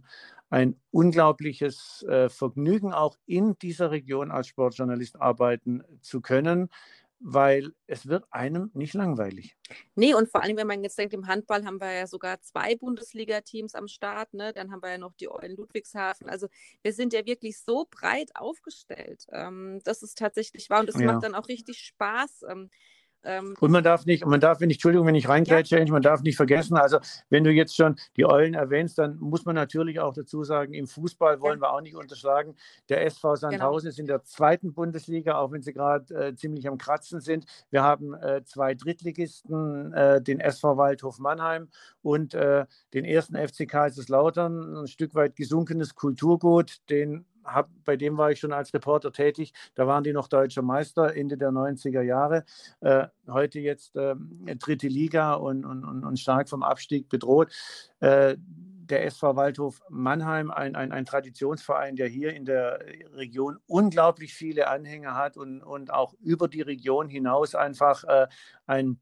unglaubliches Vergnügen, auch in dieser Region als Sportjournalist arbeiten zu können, weil es wird einem nicht langweilig. Nee, und vor allem, wenn man jetzt denkt, im Handball haben wir ja sogar 2 Bundesliga-Teams am Start, ne? Dann haben wir ja noch die Eulen Ludwigshafen. Also wir sind ja wirklich so breit aufgestellt. Das ist tatsächlich wahr und das macht dann auch richtig Spaß. Und man darf nicht, Entschuldigung, wenn ich reingrätsche, man darf nicht vergessen, also wenn du jetzt schon die Eulen erwähnst, dann muss man natürlich auch dazu sagen, im Fußball wollen wir auch nicht unterschlagen, der SV Sandhausen ist in der 2. Bundesliga, auch wenn sie gerade ziemlich am Kratzen sind. Wir haben 2 Drittligisten, den SV Waldhof Mannheim und den 1. FC Kaiserslautern, ein Stück weit gesunkenes Kulturgut, bei dem war ich schon als Reporter tätig. Da waren die noch deutscher Meister Ende der 90er Jahre. Heute jetzt 3. Liga und stark vom Abstieg bedroht. Der SV Waldhof Mannheim, ein Traditionsverein, der hier in der Region unglaublich viele Anhänger hat und auch über die Region hinaus einfach ein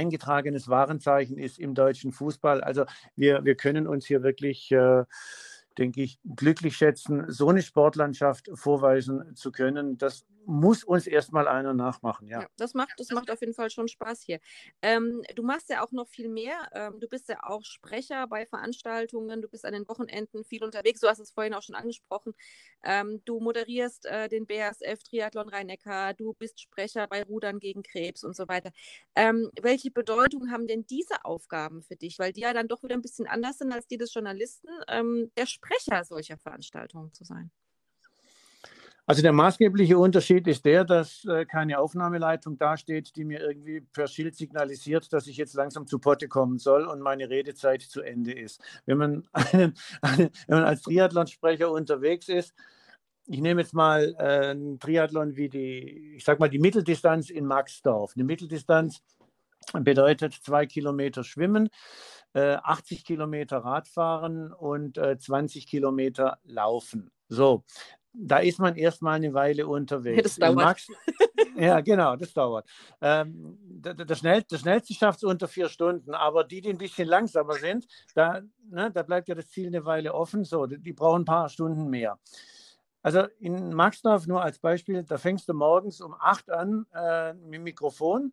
eingetragenes Warenzeichen ist im deutschen Fußball. Also wir können uns hier wirklich denke ich, glücklich schätzen, so eine Sportlandschaft vorweisen zu können. Das muss uns erstmal einer nachmachen, ja. Ja, das macht auf jeden Fall schon Spaß hier. Du machst ja auch noch viel mehr. Du bist ja auch Sprecher bei Veranstaltungen, du bist an den Wochenenden viel unterwegs, du hast es vorhin auch schon angesprochen. Du moderierst den BASF Triathlon Rhein-Neckar, du bist Sprecher bei Rudern gegen Krebs und so weiter. Welche Bedeutung haben denn diese Aufgaben für dich? Weil die ja dann doch wieder ein bisschen anders sind als die des Journalisten, der Sprecher solcher Veranstaltungen zu sein. Also der maßgebliche Unterschied ist der, dass keine Aufnahmeleitung dasteht, die mir irgendwie per Schild signalisiert, dass ich jetzt langsam zu Potte kommen soll und meine Redezeit zu Ende ist. Wenn man als Triathlonsprecher unterwegs ist, ich nehme jetzt mal einen Triathlon wie die Mitteldistanz in Maxdorf. Eine Mitteldistanz bedeutet 2 Kilometer Schwimmen, 80 Kilometer Radfahren und 20 Kilometer Laufen. So, da ist man erstmal eine Weile unterwegs. Das dauert. Ja, genau, das dauert. Das Schnellste schafft es unter 4 Stunden, aber die ein bisschen langsamer sind, da bleibt ja das Ziel eine Weile offen. So, die brauchen ein paar Stunden mehr. Also in Maxdorf nur als Beispiel, da fängst du morgens um 8 an mit dem Mikrofon,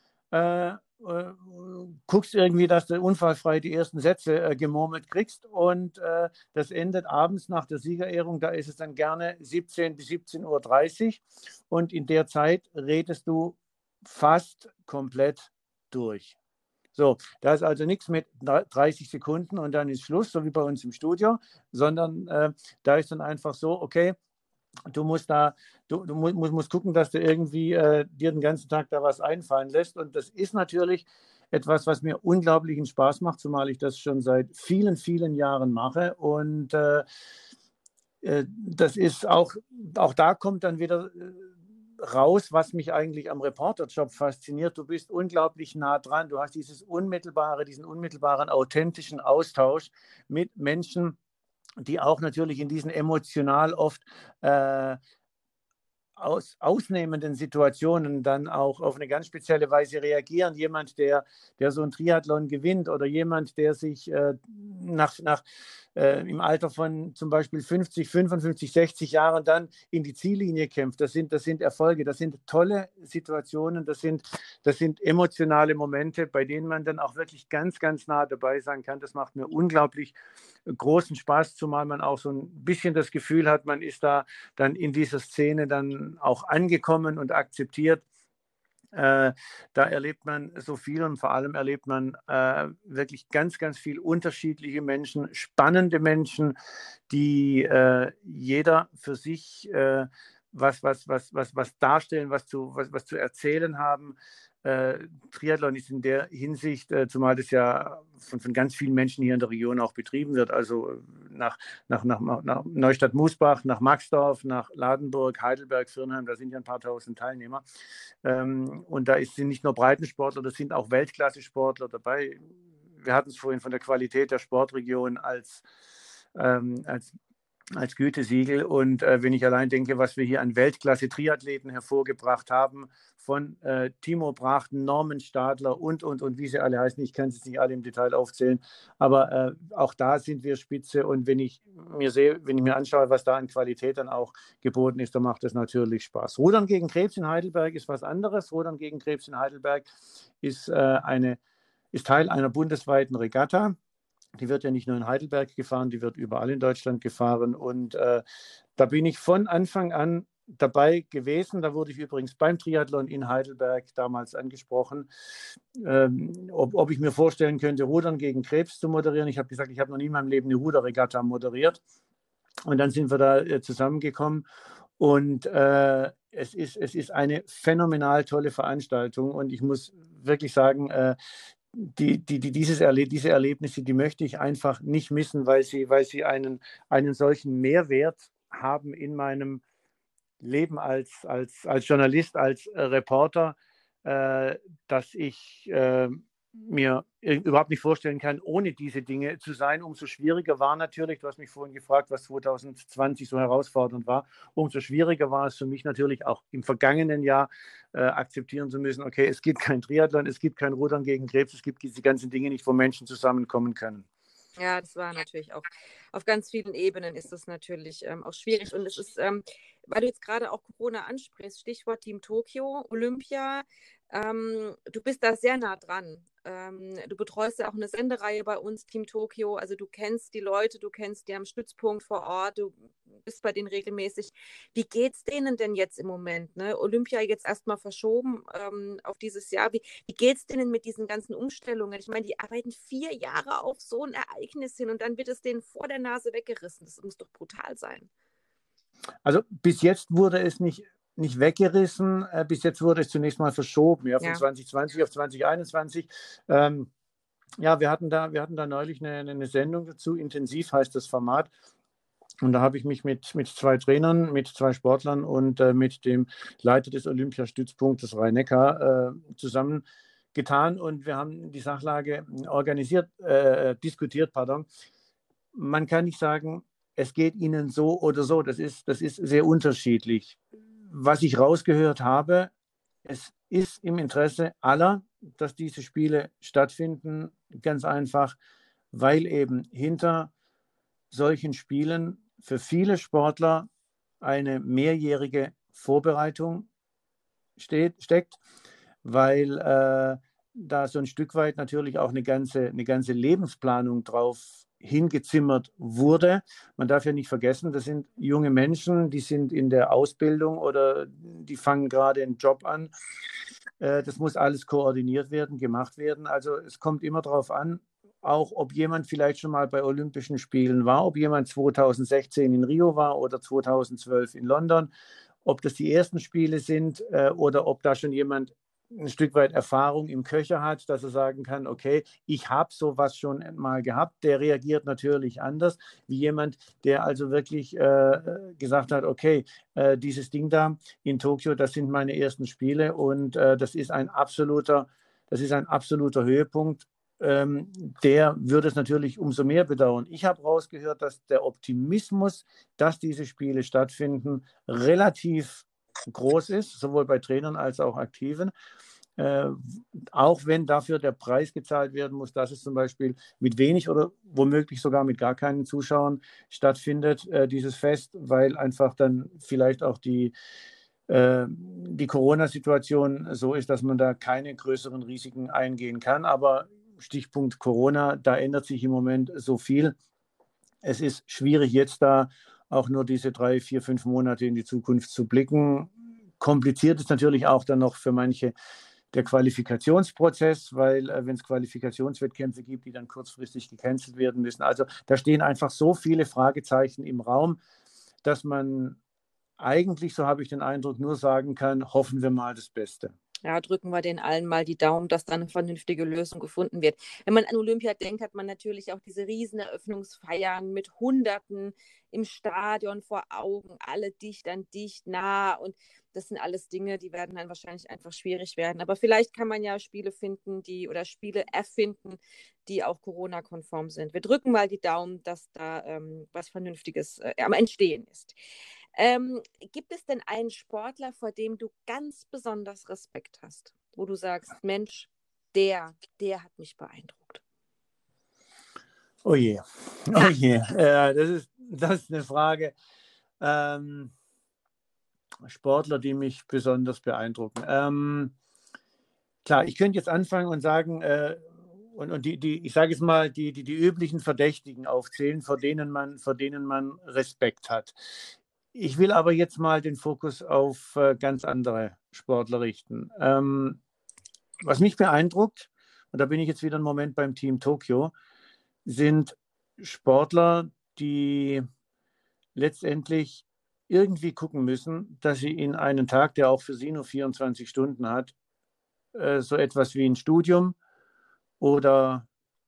guckst irgendwie, dass du unfallfrei die ersten Sätze gemurmelt kriegst und das endet abends nach der Siegerehrung, da ist es dann gerne 17 bis 17:30 Uhr und in der Zeit redest du fast komplett durch. So, da ist also nichts mit 30 Sekunden und dann ist Schluss, so wie bei uns im Studio, sondern da ist dann einfach so, okay, du musst gucken, dass du irgendwie dir den ganzen Tag da was einfallen lässt. Und das ist natürlich etwas, was mir unglaublichen Spaß macht, zumal ich das schon seit vielen, vielen Jahren mache. Und das ist auch da kommt dann wieder raus, was mich eigentlich am Reporterjob fasziniert. Du bist unglaublich nah dran. Du hast diesen unmittelbaren, authentischen Austausch mit Menschen, die auch natürlich in diesen emotional oft ausnehmenden Situationen dann auch auf eine ganz spezielle Weise reagieren. Jemand, der so einen Triathlon gewinnt oder jemand, der sich im Alter von zum Beispiel 50, 55, 60 Jahren dann in die Ziellinie kämpft. Das sind Erfolge, das sind tolle Situationen, das sind emotionale Momente, bei denen man dann auch wirklich ganz, ganz nah dabei sein kann. Das macht mir unglaublich großen Spaß, zumal man auch so ein bisschen das Gefühl hat, man ist da dann in dieser Szene dann auch angekommen und akzeptiert. Da erlebt man so viel und vor allem erlebt man wirklich ganz, ganz viel unterschiedliche Menschen, spannende Menschen, die jeder für sich was darstellen, was zu erzählen haben. Triathlon ist in der Hinsicht, zumal das ja von ganz vielen Menschen hier in der Region auch betrieben wird, also nach Neustadt-Musbach, nach Maxdorf, nach Ladenburg, Heidelberg, Firnheim, da sind ja ein paar tausend Teilnehmer. Und da sind nicht nur Breitensportler, das sind auch Weltklasse-Sportler dabei. Wir hatten es vorhin von der Qualität der Sportregion als Gütesiegel. Und wenn ich allein denke, was wir hier an Weltklasse-Triathleten hervorgebracht haben, von Timo Brachten, Norman Stadler und wie sie alle heißen, ich kann es jetzt nicht alle im Detail aufzählen, aber auch da sind wir Spitze. Und wenn ich mir anschaue, was da an Qualität dann auch geboten ist, dann macht das natürlich Spaß. Rudern gegen Krebs in Heidelberg ist was anderes. Rudern gegen Krebs in Heidelberg ist Teil einer bundesweiten Regatta. Die wird ja nicht nur in Heidelberg gefahren, die wird überall in Deutschland gefahren. Und da bin ich von Anfang an dabei gewesen. Da wurde ich übrigens beim Triathlon in Heidelberg damals angesprochen, ob ich mir vorstellen könnte, Rudern gegen Krebs zu moderieren. Ich habe gesagt, ich habe noch nie in meinem Leben eine Ruderregatta moderiert. Und dann sind wir da zusammengekommen. Und es ist eine phänomenal tolle Veranstaltung. Und ich muss wirklich sagen, diese Erlebnisse, die möchte ich einfach nicht missen, weil sie einen solchen Mehrwert haben in meinem Leben als Journalist, als Reporter, dass ich mir überhaupt nicht vorstellen kann, ohne diese Dinge zu sein. Umso schwieriger war natürlich, du hast mich vorhin gefragt, was 2020 so herausfordernd war, umso schwieriger war es für mich natürlich auch im vergangenen Jahr akzeptieren zu müssen, okay, es gibt kein Triathlon, es gibt kein Rudern gegen Krebs, es gibt diese ganzen Dinge nicht, wo Menschen zusammenkommen können. Ja, das war natürlich auch auf ganz vielen Ebenen ist das natürlich auch schwierig. Und es ist, weil du jetzt gerade auch Corona ansprichst, Stichwort Team Tokio, Olympia, du bist da sehr nah dran. Du betreust ja auch eine Sendereihe bei uns, Team Tokio. Also du kennst die Leute, du kennst die am Stützpunkt vor Ort, du bist bei denen regelmäßig. Wie geht's denen denn jetzt im Moment? Ne? Olympia jetzt erstmal verschoben auf dieses Jahr. Wie geht es denen mit diesen ganzen Umstellungen? Ich meine, die arbeiten 4 Jahre auf so ein Ereignis hin und dann wird es denen vor der Nase weggerissen. Das muss doch brutal sein. Also bis jetzt wurde es nicht weggerissen, bis jetzt wurde es zunächst mal verschoben, ja, von 2020 auf 2021. Ja, wir hatten da neulich eine Sendung dazu, Intensiv heißt das Format. Und da habe ich mich mit 2 Trainern, mit 2 Sportlern und mit dem Leiter des Olympiastützpunktes Rhein-Neckar zusammengetan und wir haben die Sachlage diskutiert, pardon. Man kann nicht sagen, es geht ihnen so oder so, das ist sehr unterschiedlich. Was ich rausgehört habe, es ist im Interesse aller, dass diese Spiele stattfinden, ganz einfach, weil eben hinter solchen Spielen für viele Sportler eine mehrjährige Vorbereitung steckt, weil da so ein Stück weit natürlich auch eine ganze Lebensplanung drauf hingezimmert wurde. Man darf ja nicht vergessen, das sind junge Menschen, die sind in der Ausbildung oder die fangen gerade einen Job an. Das muss alles koordiniert werden, gemacht werden. Also es kommt immer darauf an, auch ob jemand vielleicht schon mal bei Olympischen Spielen war, ob jemand 2016 in Rio war oder 2012 in London, ob das die ersten Spiele sind oder ob da schon jemand ein Stück weit Erfahrung im Köcher hat, dass er sagen kann, okay, ich habe sowas schon mal gehabt. Der reagiert natürlich anders, wie jemand, der also wirklich gesagt hat, okay, dieses Ding da in Tokio, das sind meine ersten Spiele und das ist ein absoluter Höhepunkt. Der würde es natürlich umso mehr bedauern. Ich habe rausgehört, dass der Optimismus, dass diese Spiele stattfinden, relativ groß ist, sowohl bei Trainern als auch Aktiven. Auch wenn dafür der Preis gezahlt werden muss, dass es zum Beispiel mit wenig oder womöglich sogar mit gar keinen Zuschauern stattfindet, dieses Fest, weil einfach dann vielleicht auch die Corona-Situation so ist, dass man da keine größeren Risiken eingehen kann. Aber Stichpunkt Corona, da ändert sich im Moment so viel. Es ist schwierig, jetzt da auch nur diese 3, 4, 5 Monate in die Zukunft zu blicken. Kompliziert ist natürlich auch dann noch für manche der Qualifikationsprozess, weil wenn es Qualifikationswettkämpfe gibt, die dann kurzfristig gecancelt werden müssen. Also da stehen einfach so viele Fragezeichen im Raum, dass man eigentlich, so habe ich den Eindruck, nur sagen kann, hoffen wir mal das Beste. Ja, drücken wir den allen mal die Daumen, dass da eine vernünftige Lösung gefunden wird. Wenn man an Olympia denkt, hat man natürlich auch diese riesen Eröffnungsfeiern mit Hunderten im Stadion vor Augen, alle dicht an dicht nah und das sind alles Dinge, die werden dann wahrscheinlich einfach schwierig werden. Aber vielleicht kann man ja Spiele finden, Spiele erfinden, die auch Corona-konform sind. Wir drücken mal die Daumen, dass da was Vernünftiges am Entstehen ist. Gibt es denn einen Sportler, vor dem du ganz besonders Respekt hast, wo du sagst, Mensch, der hat mich beeindruckt? Oh je, oh je. Das ist eine Frage. Sportler, die mich besonders beeindrucken. Klar, ich könnte jetzt anfangen und sagen, und ich sage es mal, die üblichen Verdächtigen aufzählen, vor denen man Respekt hat. Ich will aber jetzt mal den Fokus auf ganz andere Sportler richten. Was mich beeindruckt, und da bin ich jetzt wieder einen Moment beim Team Tokio, sind Sportler, die letztendlich irgendwie gucken müssen, dass sie in einen Tag, der auch für sie nur 24 Stunden hat, so etwas wie ein Studium oder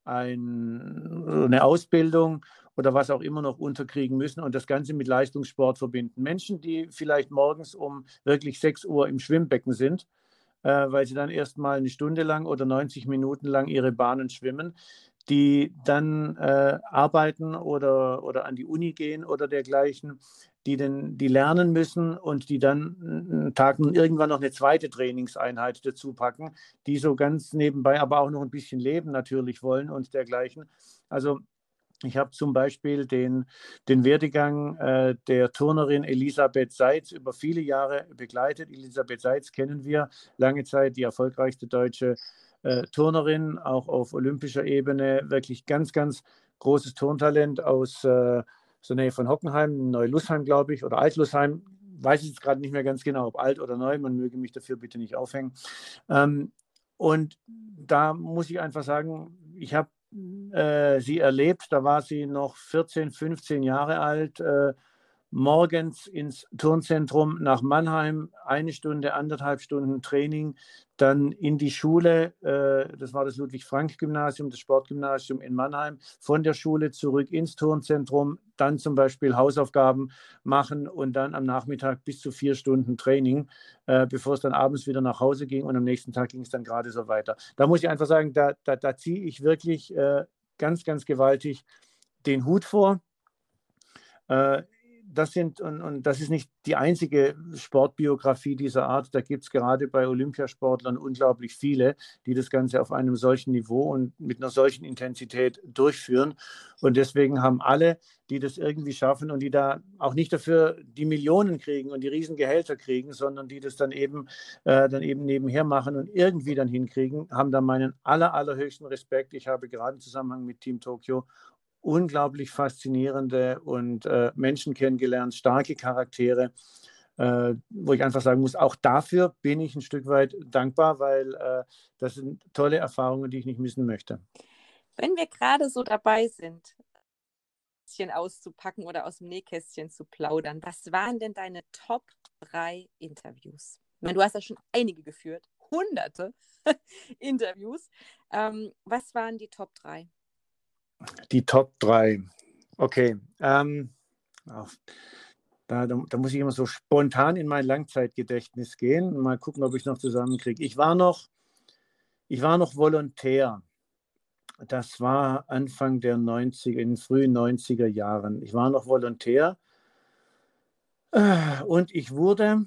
eine Ausbildung oder was auch immer noch unterkriegen müssen und das Ganze mit Leistungssport verbinden. Menschen, die vielleicht morgens um wirklich 6 Uhr im Schwimmbecken sind, weil sie dann erstmal eine Stunde lang oder 90 Minuten lang ihre Bahnen schwimmen, die dann arbeiten oder an die Uni gehen oder dergleichen, die lernen müssen und die dann einen Tag irgendwann noch eine zweite Trainingseinheit dazu packen, die so ganz nebenbei aber auch noch ein bisschen leben natürlich wollen und dergleichen. Also Ich habe zum Beispiel den Werdegang der Turnerin Elisabeth Seitz über viele Jahre begleitet. Elisabeth Seitz kennen wir lange Zeit, die erfolgreichste deutsche Turnerin, auch auf olympischer Ebene. Wirklich ganz, ganz großes Turntalent aus der Nähe von Hockenheim, Neu-Lussheim, glaube ich, oder Alt-Lussheim. Weiß ich jetzt gerade nicht mehr ganz genau, ob alt oder neu. Man möge mich dafür bitte nicht aufhängen. Und da muss ich einfach sagen, ich habe sie erlebt. Da war sie noch 14, 15 Jahre alt. Morgens ins Turnzentrum nach Mannheim, 1 Stunde, 1,5 Stunden Training, dann in die Schule, das war das Ludwig-Frank-Gymnasium, das Sportgymnasium in Mannheim, von der Schule zurück ins Turnzentrum, dann zum Beispiel Hausaufgaben machen und dann am Nachmittag bis zu 4 Stunden Training, bevor es dann abends wieder nach Hause ging und am nächsten Tag ging es dann gerade so weiter. Da muss ich einfach sagen, da ziehe ich wirklich ganz, ganz gewaltig den Hut vor. Und das ist nicht die einzige Sportbiografie dieser Art. Da gibt es gerade bei Olympiasportlern unglaublich viele, die das Ganze auf einem solchen Niveau und mit einer solchen Intensität durchführen. Und deswegen haben alle, die das irgendwie schaffen und die da auch nicht dafür die Millionen kriegen und die Riesengehälter kriegen, sondern die das dann eben nebenher machen und irgendwie dann hinkriegen, haben da meinen allerhöchsten Respekt. Ich habe gerade im Zusammenhang mit Team Tokio unglaublich faszinierende und Menschen kennengelernt, starke Charaktere, wo ich einfach sagen muss, auch dafür bin ich ein Stück weit dankbar, weil das sind tolle Erfahrungen, die ich nicht missen möchte. Wenn wir gerade so dabei sind, auszupacken oder aus dem Nähkästchen zu plaudern, was waren denn deine Top 3 Interviews? Ich meine, du hast ja schon einige geführt, hunderte Interviews. Was waren die Top 3? Die Top 3. Okay. Da muss ich immer so spontan in mein Langzeitgedächtnis gehen und mal gucken, ob ich es noch zusammenkriege. Ich war noch Volontär. Das war Anfang der 90er, in den frühen 90er Jahren. Ich war noch Volontär und ich wurde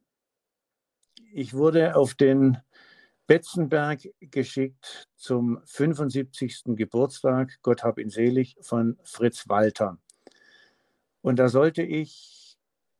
auf den Betzenberg geschickt zum 75. Geburtstag, Gott hab ihn selig, von Fritz Walter. Und da sollte ich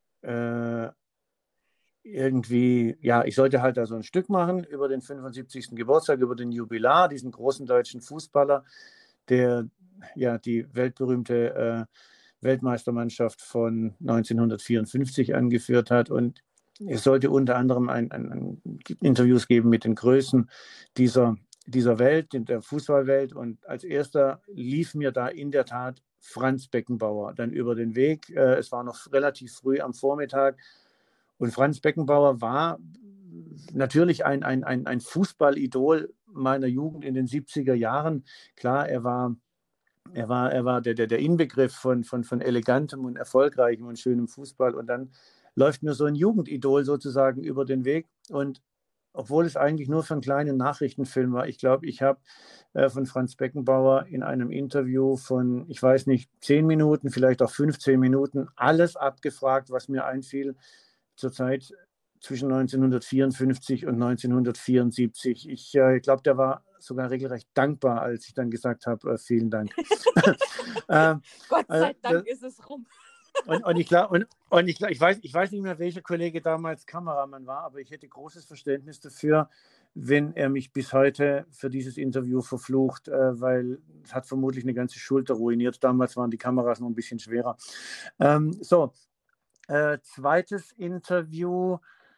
ich sollte halt da so ein Stück machen über den 75. Geburtstag, über den Jubilar, diesen großen deutschen Fußballer, der ja die weltberühmte Weltmeistermannschaft von 1954 angeführt hat. Und es sollte unter anderem Interviews geben mit den Größen dieser Welt, der Fußballwelt. Und als erster lief mir da in der Tat Franz Beckenbauer dann über den Weg. Es war noch relativ früh am Vormittag. Und Franz Beckenbauer war natürlich ein Fußballidol meiner Jugend in den 70er Jahren. Klar, er war der Inbegriff von elegantem und erfolgreichem und schönem Fußball. Und dann läuft mir so ein Jugendidol sozusagen über den Weg. Und obwohl es eigentlich nur für einen kleinen Nachrichtenfilm war, ich glaube, ich habe von Franz Beckenbauer in einem Interview von, ich weiß nicht, 10 Minuten, vielleicht auch 15 Minuten, alles abgefragt, was mir einfiel zur Zeit zwischen 1954 und 1974. Ich glaube, der war sogar regelrecht dankbar, als ich dann gesagt habe, vielen Dank. Gott sei Dank ist es rum. Ich weiß nicht mehr, welcher Kollege damals Kameramann war, aber ich hätte großes Verständnis dafür, wenn er mich bis heute für dieses Interview verflucht, weil es hat vermutlich eine ganze Schulter ruiniert. Damals waren die Kameras noch ein bisschen schwerer. Zweites Interview.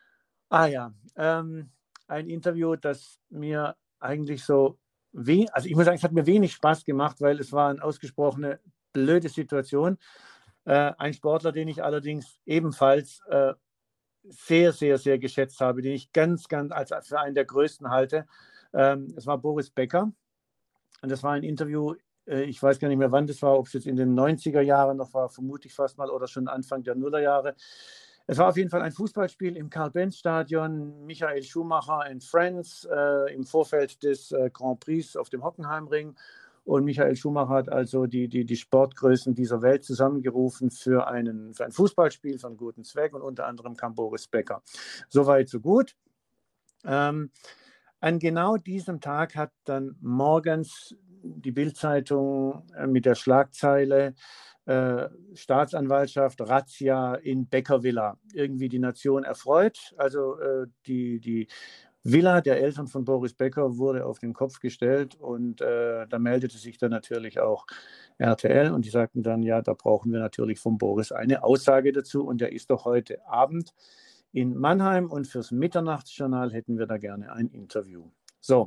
Ein Interview, das mir eigentlich also ich muss sagen, es hat mir wenig Spaß gemacht, weil es war eine ausgesprochene blöde Situation. Ein Sportler, den ich allerdings ebenfalls sehr, sehr, sehr geschätzt habe, den ich ganz, ganz als für einen der größten halte. Es war Boris Becker. Und das war ein Interview, ich weiß gar nicht mehr, wann das war, ob es jetzt in den 90er Jahren noch war, vermutlich fast mal, oder schon Anfang der Nullerjahre. Es war auf jeden Fall ein Fußballspiel im Karl-Benz-Stadion, Michael Schumacher and Friends im Vorfeld des Grand Prix auf dem Hockenheimring. Und Michael Schumacher hat also die Sportgrößen dieser Welt zusammengerufen für ein Fußballspiel, für einen guten Zweck, und unter anderem kam Boris Becker. Soweit, so gut. An genau diesem Tag hat dann morgens die Bild-Zeitung mit der Schlagzeile Staatsanwaltschaft, Razzia in Becker-Villa. Irgendwie die Nation erfreut. Also die Villa der Eltern von Boris Becker wurde auf den Kopf gestellt und da meldete sich dann natürlich auch RTL und die sagten dann, ja, da brauchen wir natürlich von Boris eine Aussage dazu und der ist doch heute Abend in Mannheim und fürs Mitternachtsjournal hätten wir da gerne ein Interview. So,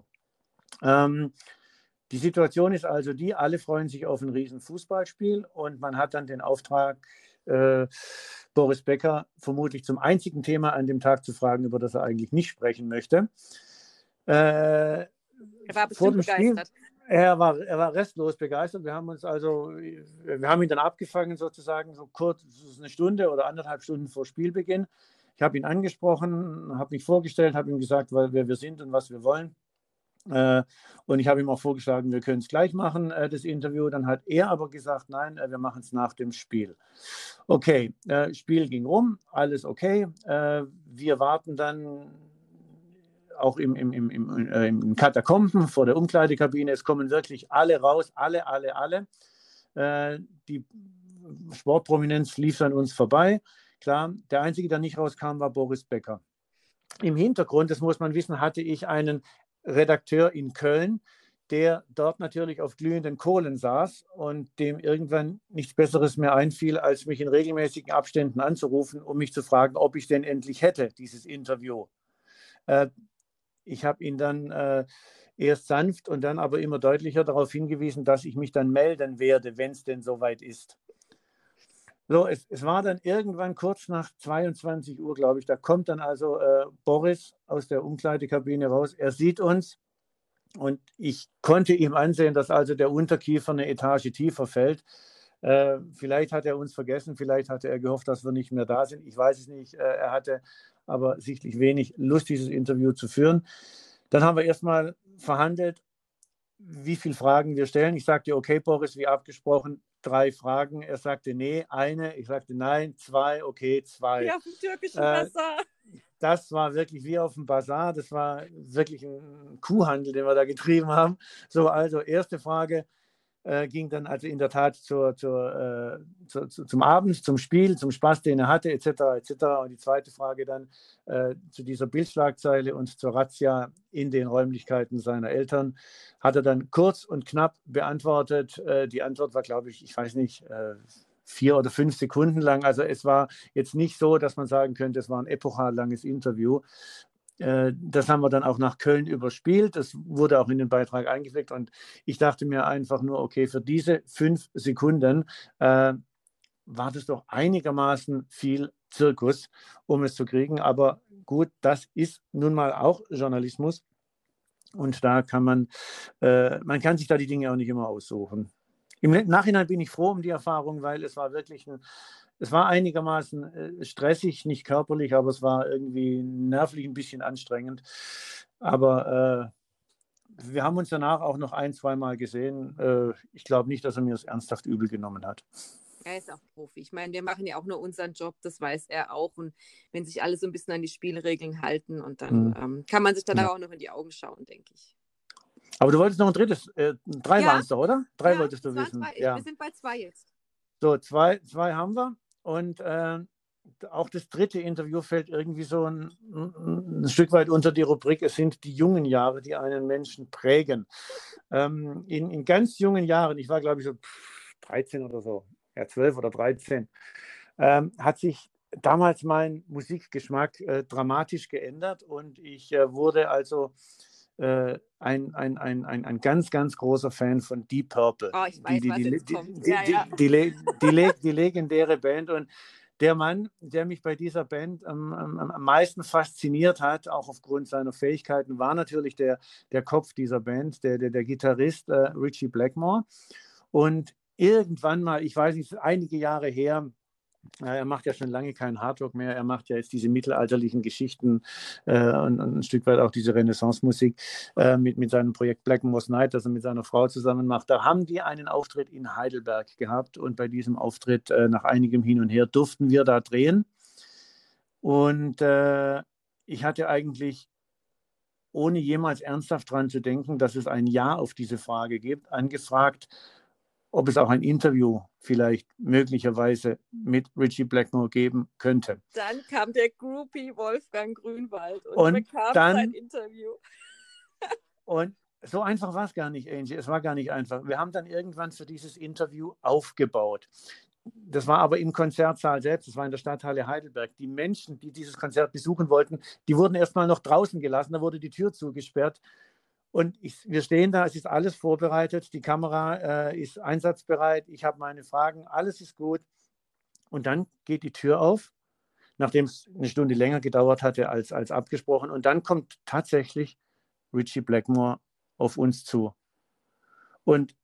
die Situation ist also die, alle freuen sich auf ein riesen Fußballspiel und man hat dann den Auftrag, Boris Becker vermutlich zum einzigen Thema an dem Tag zu fragen, über das er eigentlich nicht sprechen möchte. Er war bestimmt begeistert. Er war restlos begeistert. Wir haben ihn dann abgefangen sozusagen, so kurz, eine Stunde oder 1,5 Stunden vor Spielbeginn. Ich habe ihn angesprochen, habe mich vorgestellt, habe ihm gesagt, wer wir sind und was wir wollen. Und ich habe ihm auch vorgeschlagen, wir können es gleich machen, das Interview. Dann hat er aber gesagt, nein, wir machen es nach dem Spiel. Okay, Spiel ging rum, alles okay. Wir warten dann auch im Katakomben vor der Umkleidekabine. Es kommen wirklich alle raus, alle. Die Sportprominenz lief an uns vorbei. Klar, der Einzige, der nicht rauskam, war Boris Becker. Im Hintergrund, das muss man wissen, hatte ich einen Redakteur in Köln, der dort natürlich auf glühenden Kohlen saß und dem irgendwann nichts Besseres mehr einfiel, als mich in regelmäßigen Abständen anzurufen, um mich zu fragen, ob ich denn endlich hätte, dieses Interview. Ich habe ihn dann erst sanft und dann aber immer deutlicher darauf hingewiesen, dass ich mich dann melden werde, wenn es denn soweit ist. So, es war dann irgendwann kurz nach 22 Uhr, glaube ich, da kommt dann also Boris aus der Umkleidekabine raus. Er sieht uns und ich konnte ihm ansehen, dass also der Unterkiefer eine Etage tiefer fällt. Vielleicht hat er uns vergessen, vielleicht hatte er gehofft, dass wir nicht mehr da sind. Ich weiß es nicht. Er hatte aber sichtlich wenig Lust, dieses Interview zu führen. Dann haben wir erstmal verhandelt, wie viele Fragen wir stellen. Ich sagte, okay, Boris, wie abgesprochen, 3 Fragen. Er sagte, nee, eine. Ich sagte, nein, 2, okay, 2. Wie auf dem türkischen Basar. Das war wirklich wie auf dem Basar. Das war wirklich ein Kuhhandel, den wir da getrieben haben. So, also erste Frage ging dann also in der Tat zum Abend, zum Spiel, zum Spaß, den er hatte, etc. Und die zweite Frage dann zu dieser Bildschlagzeile und zur Razzia in den Räumlichkeiten seiner Eltern, hat er dann kurz und knapp beantwortet. Die Antwort war, glaube ich weiß nicht, 4 oder 5 Sekunden lang. Also es war jetzt nicht so, dass man sagen könnte, es war ein epochallanges Interview. Das haben wir dann auch nach Köln überspielt. Das wurde auch in den Beitrag eingepflegt. Und ich dachte mir einfach nur, okay, für diese 5 Sekunden war das doch einigermaßen viel Zirkus, um es zu kriegen. Aber gut, das ist nun mal auch Journalismus. Und da kann man kann sich da die Dinge auch nicht immer aussuchen. Im Nachhinein bin ich froh um die Erfahrung, weil es war wirklich es war einigermaßen stressig, nicht körperlich, aber es war irgendwie nervlich ein bisschen anstrengend. Aber wir haben uns danach auch noch 1-2 Mal gesehen. Ich glaube nicht, dass er mir das ernsthaft übel genommen hat. Er ist auch Profi. Ich meine, wir machen ja auch nur unseren Job, das weiß er auch. Und wenn sich alle so ein bisschen an die Spielregeln halten und dann kann man sich dann auch noch in die Augen schauen, denke ich. Aber du wolltest noch ein drittes, 3 waren es doch, oder? 3 wolltest du wissen. Wir sind bei 2 jetzt. So, 2 haben wir. Und auch das dritte Interview fällt irgendwie so ein Stück weit unter die Rubrik, es sind die jungen Jahre, die einen Menschen prägen. In ganz jungen Jahren, ich war glaube ich so 13 oder so, ja 12 oder 13, hat sich damals mein Musikgeschmack dramatisch geändert und ich wurde also ein ganz, ganz großer Fan von Deep Purple. Oh, ich weiß, was jetzt kommt. Die legendäre Band. Und der Mann, der mich bei dieser Band am meisten fasziniert hat, auch aufgrund seiner Fähigkeiten, war natürlich der Kopf dieser Band, der Gitarrist Ritchie Blackmore. Und irgendwann mal, ich weiß nicht, einige Jahre her, er macht ja schon lange keinen Hardrock mehr, er macht ja jetzt diese mittelalterlichen Geschichten und ein Stück weit auch diese Renaissance-Musik mit seinem Projekt Blackmore's Night, das er mit seiner Frau zusammen macht. Da haben die einen Auftritt in Heidelberg gehabt und bei diesem Auftritt nach einigem Hin und Her durften wir da drehen und ich hatte eigentlich ohne jemals ernsthaft dran zu denken, dass es ein Ja auf diese Frage gibt, angefragt, ob es auch ein Interview vielleicht möglicherweise mit Ritchie Blackmore geben könnte. Dann kam der Groupie Wolfgang Grünwald und bekam sein dann Interview. Und so einfach war es gar nicht, Angie. Es war gar nicht einfach. Wir haben dann irgendwann für dieses Interview aufgebaut. Das war aber im Konzertsaal selbst, das war in der Stadthalle Heidelberg. Die Menschen, die dieses Konzert besuchen wollten, die wurden erstmal noch draußen gelassen, da wurde die Tür zugesperrt. Und wir stehen da, es ist alles vorbereitet, die Kamera ist einsatzbereit, ich habe meine Fragen, alles ist gut. Und dann geht die Tür auf, nachdem es eine Stunde länger gedauert hatte als abgesprochen. Und dann kommt tatsächlich Ritchie Blackmore auf uns zu. Und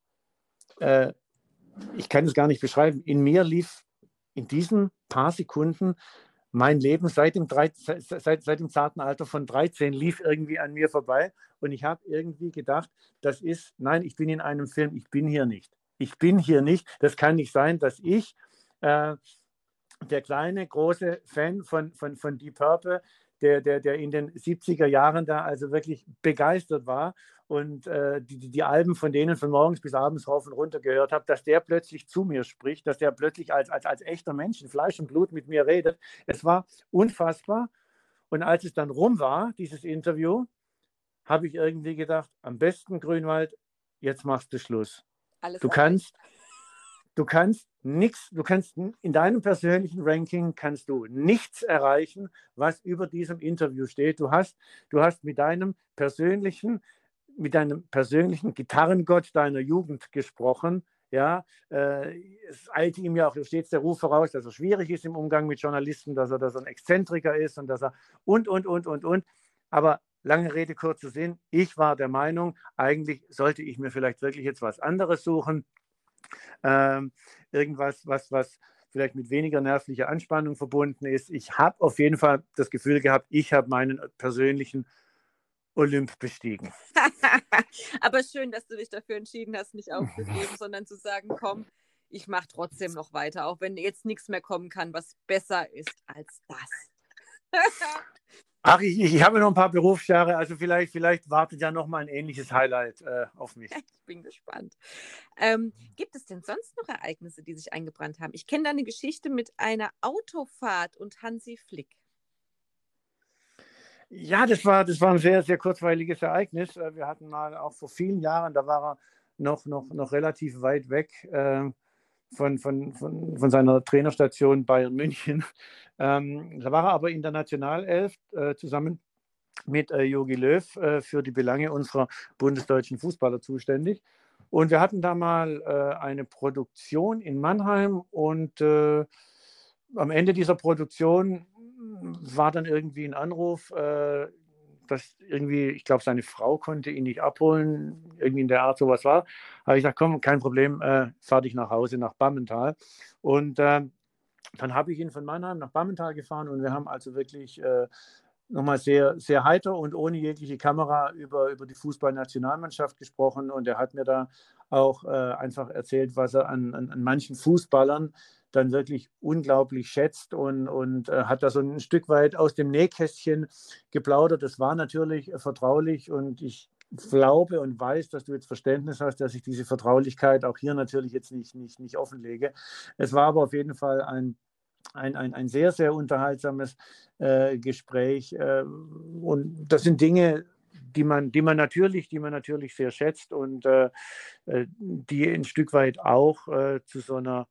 ich kann es gar nicht beschreiben. In mir lief in diesen paar Sekunden mein Leben seit dem zarten Alter von 13 lief irgendwie an mir vorbei. Und ich habe irgendwie gedacht, nein, ich bin in einem Film, ich bin hier nicht. Ich bin hier nicht. Das kann nicht sein, dass ich, der kleine, große Fan von Deep Purple, der in den 70er Jahren da also wirklich begeistert war und die Alben von denen von morgens bis abends rauf und runter gehört habe, dass der plötzlich zu mir spricht, dass der plötzlich als echter Mensch in Fleisch und Blut mit mir redet. Es war unfassbar. Und als es dann rum war, dieses Interview, habe ich irgendwie gedacht, am besten Grünwald, jetzt machst du Schluss. Du kannst nichts, in deinem persönlichen Ranking kannst du nichts erreichen, was über diesem Interview steht. Du hast mit deinem persönlichen Gitarrengott deiner Jugend gesprochen. Ja, es eilte ihm ja auch stets der Ruf voraus, dass er schwierig ist im Umgang mit Journalisten, dass er ein Exzentriker ist und dass er und. Aber lange Rede, kurzer Sinn, ich war der Meinung, eigentlich sollte ich mir vielleicht wirklich jetzt was anderes suchen. Irgendwas, was vielleicht mit weniger nervlicher Anspannung verbunden ist. Ich habe auf jeden Fall das Gefühl gehabt, ich habe meinen persönlichen Olymp bestiegen. Aber schön, dass du dich dafür entschieden hast, nicht aufzugeben, sondern zu sagen, komm, ich mache trotzdem noch weiter, auch wenn jetzt nichts mehr kommen kann, was besser ist als das. Ach, ich habe noch ein paar Berufsjahre, also vielleicht wartet ja noch mal ein ähnliches Highlight auf mich. Ich bin gespannt. Gibt es denn sonst noch Ereignisse, die sich eingebrannt haben? Ich kenne deine Geschichte mit einer Autofahrt und Hansi Flick. Ja, das war ein sehr, sehr kurzweiliges Ereignis. Wir hatten mal auch vor vielen Jahren, da war er noch relativ weit weg von seiner Trainerstation Bayern München. Da war er aber in der Nationalelf zusammen mit Jogi Löw für die Belange unserer bundesdeutschen Fußballer zuständig. Und wir hatten da mal eine Produktion in Mannheim und am Ende dieser Produktion war dann irgendwie ein Anruf, dass irgendwie, ich glaube, seine Frau konnte ihn nicht abholen, irgendwie in der Art sowas war. Habe ich gesagt, komm, kein Problem, fahr dich nach Hause, nach Bammental. Und dann habe ich ihn von Mannheim nach Bammental gefahren und wir haben also wirklich nochmal sehr, sehr heiter und ohne jegliche Kamera über die Fußballnationalmannschaft gesprochen. Und er hat mir da auch einfach erzählt, was er an manchen Fußballern dann wirklich unglaublich schätzt und hat da so ein Stück weit aus dem Nähkästchen geplaudert. Das war natürlich vertraulich und ich glaube und weiß, dass du jetzt Verständnis hast, dass ich diese Vertraulichkeit auch hier natürlich jetzt nicht offenlege. Es war aber auf jeden Fall ein sehr, sehr unterhaltsames Gespräch. Und das sind Dinge, die man natürlich sehr schätzt und die ein Stück weit auch zu so einer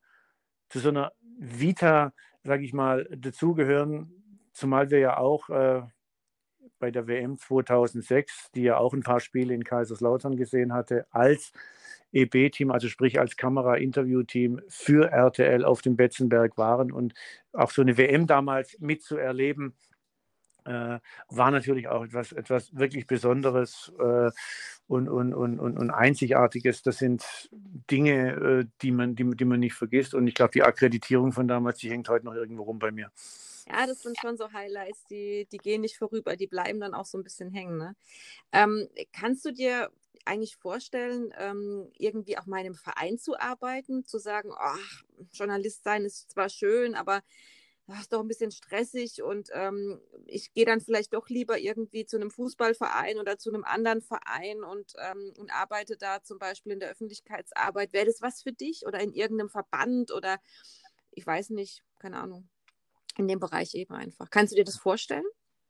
Vita, sage ich mal, dazugehören, zumal wir ja auch bei der WM 2006, die ja auch ein paar Spiele in Kaiserslautern gesehen hatte, als EB-Team, also sprich als Kamera-Interview-Team für RTL auf dem Betzenberg waren. Und auch so eine WM damals mitzuerleben, war natürlich auch etwas wirklich Besonderes und Einzigartiges. Das sind Dinge, die man nicht vergisst. Und ich glaube, die Akkreditierung von damals, die hängt heute noch irgendwo rum bei mir. Ja, das sind schon so Highlights, die gehen nicht vorüber, die bleiben dann auch so ein bisschen hängen. Ne? Kannst du dir eigentlich vorstellen, irgendwie auch mal in einem Verein zu arbeiten, zu sagen, ach, Journalist sein ist zwar schön, aber das ist doch ein bisschen stressig und ich gehe dann vielleicht doch lieber irgendwie zu einem Fußballverein oder zu einem anderen Verein und arbeite da zum Beispiel in der Öffentlichkeitsarbeit. Wäre das was für dich oder in irgendeinem Verband oder ich weiß nicht, keine Ahnung, in dem Bereich eben einfach. Kannst du dir das vorstellen?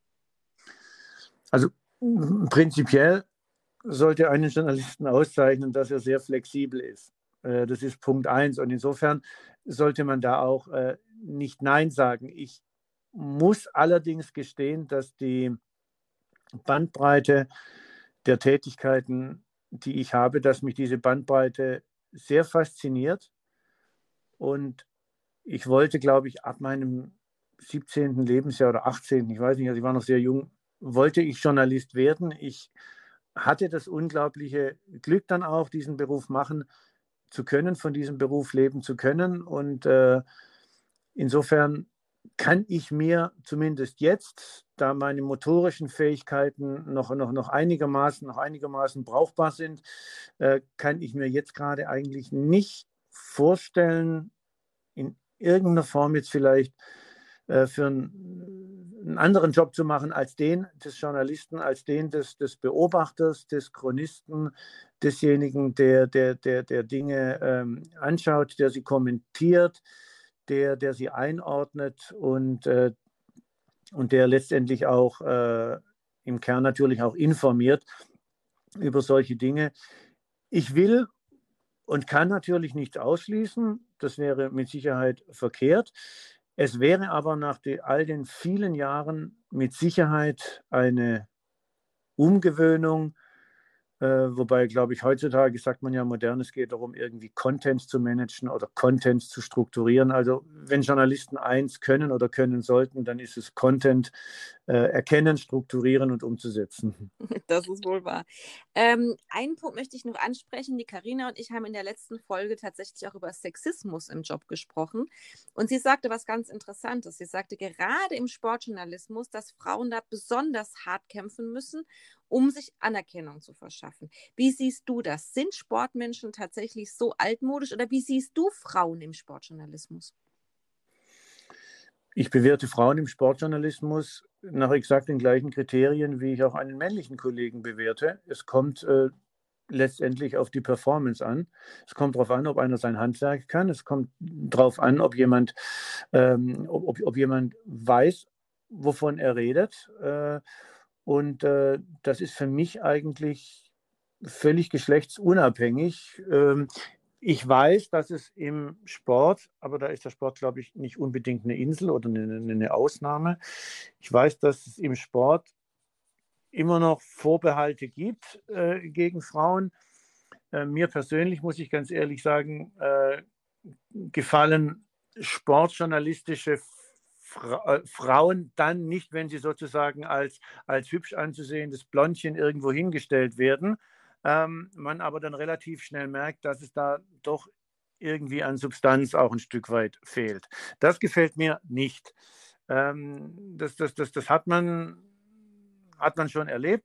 Also prinzipiell sollte einen Journalisten auszeichnen, dass er sehr flexibel ist. Das ist Punkt eins. Und insofern sollte man da auch nicht Nein sagen. Ich muss allerdings gestehen, dass die Bandbreite der Tätigkeiten, die ich habe, dass mich diese Bandbreite sehr fasziniert. Und ich wollte, glaube ich, ab meinem 17. Lebensjahr oder 18., ich weiß nicht, also ich war noch sehr jung, wollte ich Journalist werden. Ich hatte das unglaubliche Glück dann auch, diesen Beruf machen zu können, von diesem Beruf leben zu können. Und insofern kann ich mir zumindest jetzt, da meine motorischen Fähigkeiten noch einigermaßen brauchbar sind, kann ich mir jetzt gerade eigentlich nicht vorstellen, in irgendeiner Form jetzt vielleicht für einen anderen Job zu machen als den des Journalisten, als den des Beobachters, des Chronisten, desjenigen, der Dinge anschaut, der sie kommentiert, der sie einordnet und der letztendlich auch im Kern natürlich auch informiert über solche Dinge. Ich will und kann natürlich nichts ausschließen. Das wäre mit Sicherheit verkehrt. Es wäre aber nach all den vielen Jahren mit Sicherheit eine Umgewöhnung, wobei, glaube ich, heutzutage sagt man ja modern, es geht darum, irgendwie Content zu managen oder Content zu strukturieren. Also wenn Journalisten eins können oder können sollten, dann ist es Content erkennen, strukturieren und umzusetzen. Das ist wohl wahr. Einen Punkt möchte ich noch ansprechen. Die Carina und ich haben in der letzten Folge tatsächlich auch über Sexismus im Job gesprochen. Und sie sagte was ganz Interessantes. Sie sagte, gerade im Sportjournalismus, dass Frauen da besonders hart kämpfen müssen, um sich Anerkennung zu verschaffen. Wie siehst du das? Sind Sportmenschen tatsächlich so altmodisch oder wie siehst du Frauen im Sportjournalismus? Ich bewerte Frauen im Sportjournalismus nach exakt den gleichen Kriterien, wie ich auch einen männlichen Kollegen bewerte. Es kommt letztendlich auf die Performance an. Es kommt darauf an, ob einer sein Handwerk kann. Es kommt darauf an, ob jemand weiß, wovon er redet. Und das ist für mich eigentlich völlig geschlechtsunabhängig. Ich weiß, dass es im Sport, aber da ist der Sport, glaube ich, nicht unbedingt eine Insel oder eine Ausnahme. Ich weiß, dass es im Sport immer noch Vorbehalte gibt gegen Frauen. Mir persönlich, muss ich ganz ehrlich sagen, gefallen sportjournalistische Frauen dann nicht, wenn sie sozusagen als hübsch anzusehendes Blondchen irgendwo hingestellt werden. Man aber dann relativ schnell merkt, dass es da doch irgendwie an Substanz auch ein Stück weit fehlt. Das gefällt mir nicht. Das hat man schon erlebt.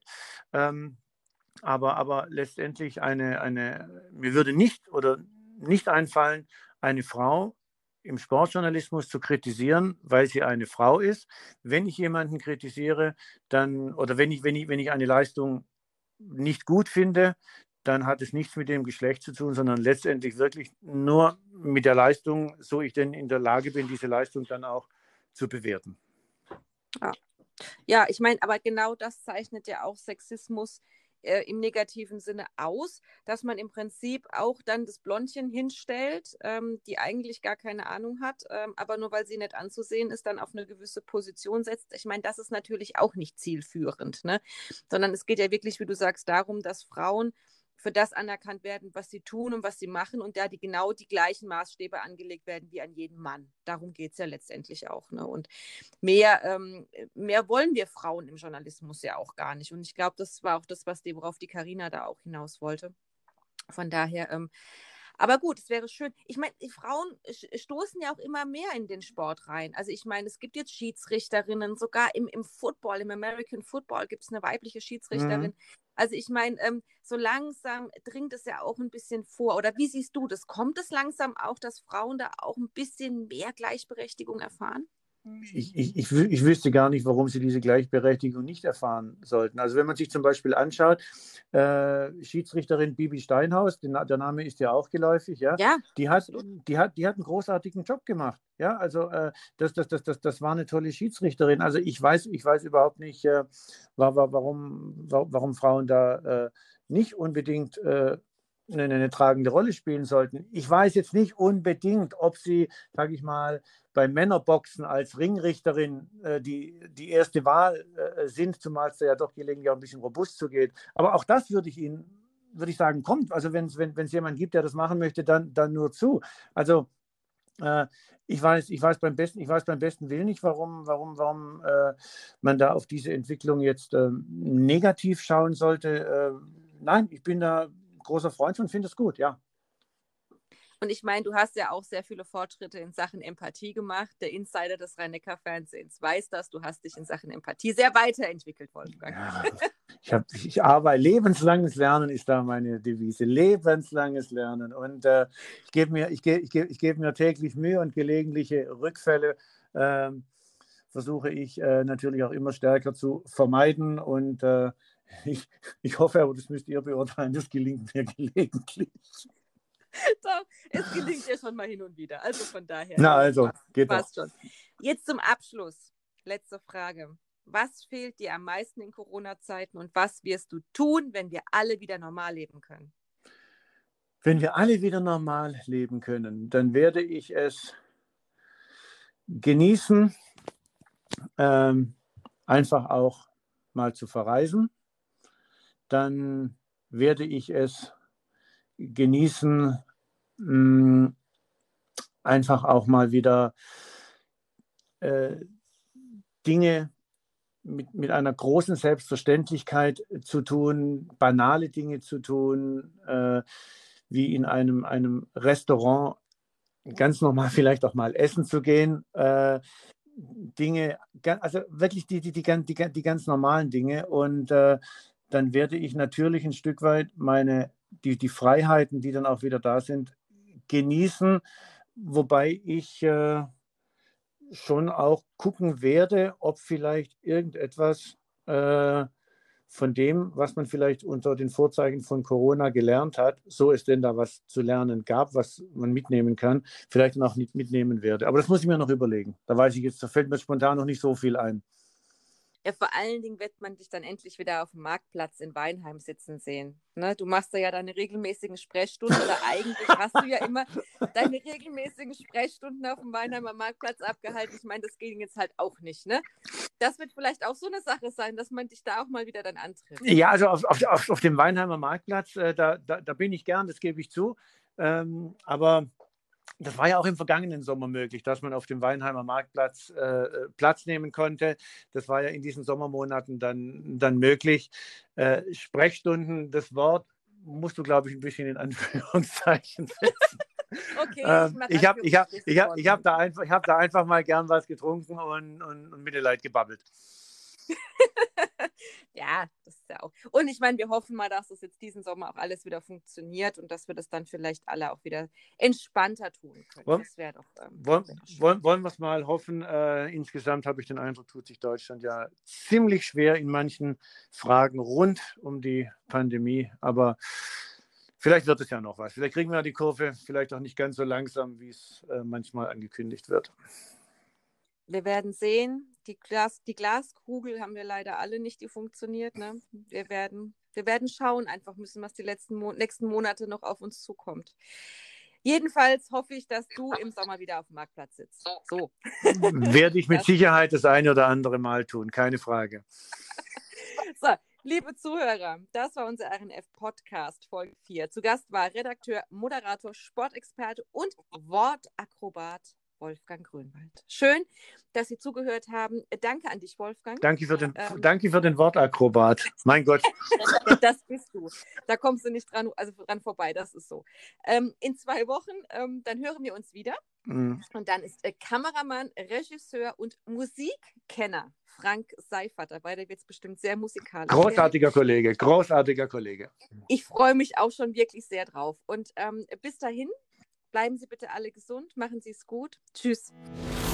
Aber letztendlich mir würde nicht einfallen, eine Frau im Sportjournalismus zu kritisieren, weil sie eine Frau ist. Wenn ich jemanden kritisiere, oder wenn ich eine Leistung nicht gut finde, dann hat es nichts mit dem Geschlecht zu tun, sondern letztendlich wirklich nur mit der Leistung, so ich denn in der Lage bin, diese Leistung dann auch zu bewerten. Ja. Ja, ich meine, aber genau das zeichnet ja auch Sexismus im negativen Sinne aus, dass man im Prinzip auch dann das Blondchen hinstellt, die eigentlich gar keine Ahnung hat, aber nur weil sie nicht anzusehen ist, dann auf eine gewisse Position setzt. Ich meine, das ist natürlich auch nicht zielführend, ne? Sondern es geht ja wirklich, wie du sagst, darum, dass Frauen für das anerkannt werden, was sie tun und was sie machen und da genau die gleichen Maßstäbe angelegt werden wie an jeden Mann. Darum geht es ja letztendlich auch. Ne? Und mehr wollen wir Frauen im Journalismus ja auch gar nicht. Und ich glaube, das war auch das, worauf die Carina da auch hinaus wollte. Von daher, aber gut, es wäre schön. Ich meine, die Frauen stoßen ja auch immer mehr in den Sport rein. Also ich meine, es gibt jetzt Schiedsrichterinnen, sogar im Football, im American Football gibt es eine weibliche Schiedsrichterin. Also ich meine, so langsam dringt es ja auch ein bisschen vor. Oder wie siehst du das? Kommt es langsam auch, dass Frauen da auch ein bisschen mehr Gleichberechtigung erfahren? ich wüsste gar nicht, warum sie diese Gleichberechtigung nicht erfahren sollten. Also wenn man sich zum Beispiel anschaut, Schiedsrichterin Bibi Steinhaus, der Name ist ja auch geläufig, ja, Ja, die hat einen großartigen Job gemacht. Ja, also das war eine tolle Schiedsrichterin. Also ich weiß überhaupt nicht, warum Frauen da nicht unbedingt eine tragende Rolle spielen sollten. Ich weiß jetzt nicht unbedingt, ob sie, sage ich mal, beim Männerboxen als Ringrichterin die erste Wahl sind, zumal es da ja doch gelegentlich auch ein bisschen robust zugeht. Aber auch das würde ich sagen, kommt. Also wenn es jemanden gibt, der das machen möchte, dann nur zu. Also ich weiß beim besten Willen nicht, warum man da auf diese Entwicklung jetzt negativ schauen sollte. Nein, ich bin da großer Freund und finde es gut, ja. Und ich meine, du hast ja auch sehr viele Fortschritte in Sachen Empathie gemacht. Der Insider des Rhein-Neckar-Fernsehens weiß das. Du hast dich in Sachen Empathie sehr weiterentwickelt, Wolfgang. Ja, ich arbeite, lebenslanges Lernen ist da meine Devise. Lebenslanges Lernen. Und ich gebe mir täglich Mühe und gelegentliche Rückfälle versuche ich natürlich auch immer stärker zu vermeiden. Und ich hoffe, aber das müsst ihr beurteilen, das gelingt mir gelegentlich. Doch, es gelingt ja schon mal hin und wieder. Also von daher. Na, also, geht doch. Passt schon. Jetzt zum Abschluss. Letzte Frage. Was fehlt dir am meisten in Corona-Zeiten und was wirst du tun, wenn wir alle wieder normal leben können? Wenn wir alle wieder normal leben können, dann werde ich es genießen, einfach auch mal zu verreisen. Dann werde ich es genießen, einfach auch mal wieder Dinge mit einer großen Selbstverständlichkeit zu tun, banale Dinge zu tun, wie in einem Restaurant ganz normal vielleicht auch mal essen zu gehen. Dinge, also wirklich die ganz normalen Dinge. Und dann werde ich natürlich ein Stück weit die Freiheiten, die dann auch wieder da sind, genießen, wobei ich schon auch gucken werde, ob vielleicht irgendetwas von dem, was man vielleicht unter den Vorzeichen von Corona gelernt hat, so es denn da was zu lernen gab, was man mitnehmen kann, vielleicht dann auch nicht mitnehmen werde. Aber das muss ich mir noch überlegen. Da fällt mir spontan noch nicht so viel ein. Ja, vor allen Dingen wird man dich dann endlich wieder auf dem Marktplatz in Weinheim sitzen sehen. Ne? Du machst da ja deine regelmäßigen Sprechstunden oder eigentlich hast du ja immer deine regelmäßigen Sprechstunden auf dem Weinheimer Marktplatz abgehalten. Ich meine, das ging jetzt halt auch nicht. Ne? Das wird vielleicht auch so eine Sache sein, dass man dich da auch mal wieder dann antrifft. Ja, also auf dem Weinheimer Marktplatz, da bin ich gern, das gebe ich zu. Aber das war ja auch im vergangenen Sommer möglich, dass man auf dem Weinheimer Marktplatz Platz nehmen konnte. Das war ja in diesen Sommermonaten dann möglich. Sprechstunden, das Wort musst du, glaube ich, ein bisschen in Anführungszeichen setzen. Okay, ich hab da einfach mal gern was getrunken und Mitleid gebabbelt. Ja, das ist ja auch. Und ich meine, wir hoffen mal, dass das jetzt diesen Sommer auch alles wieder funktioniert und dass wir das dann vielleicht alle auch wieder entspannter tun können. Das wäre doch. Wollen wir es mal hoffen. Insgesamt habe ich den Eindruck, tut sich Deutschland ja ziemlich schwer in manchen Fragen rund um die Pandemie. Aber vielleicht wird es ja noch was. Vielleicht kriegen wir die Kurve, vielleicht auch nicht ganz so langsam, wie es manchmal angekündigt wird. Wir werden sehen. Die Glaskugel haben wir leider alle nicht, die funktioniert. Ne? Wir werden schauen, einfach müssen, was die nächsten Monate noch auf uns zukommt. Jedenfalls hoffe ich, dass du im Sommer wieder auf dem Marktplatz sitzt. So. Werde ich mit Sicherheit das eine oder andere Mal tun, keine Frage. So, liebe Zuhörer, das war unser RNF-Podcast Folge 4. Zu Gast war Redakteur, Moderator, Sportexperte und Wortakrobat Wolfgang Grünwald. Schön, dass Sie zugehört haben. Danke an dich, Wolfgang. Danke für den Wortakrobat. Mein Gott. Das bist du. Da kommst du nicht dran vorbei. Das ist so. In 2 Wochen, dann hören wir uns wieder. Und dann ist Kameramann, Regisseur und Musikkenner Frank Seifert dabei. Der wird es bestimmt sehr musikalisch. Großartiger Kollege. Ich freue mich auch schon wirklich sehr drauf. Und bis dahin, bleiben Sie bitte alle gesund, machen Sie es gut. Tschüss.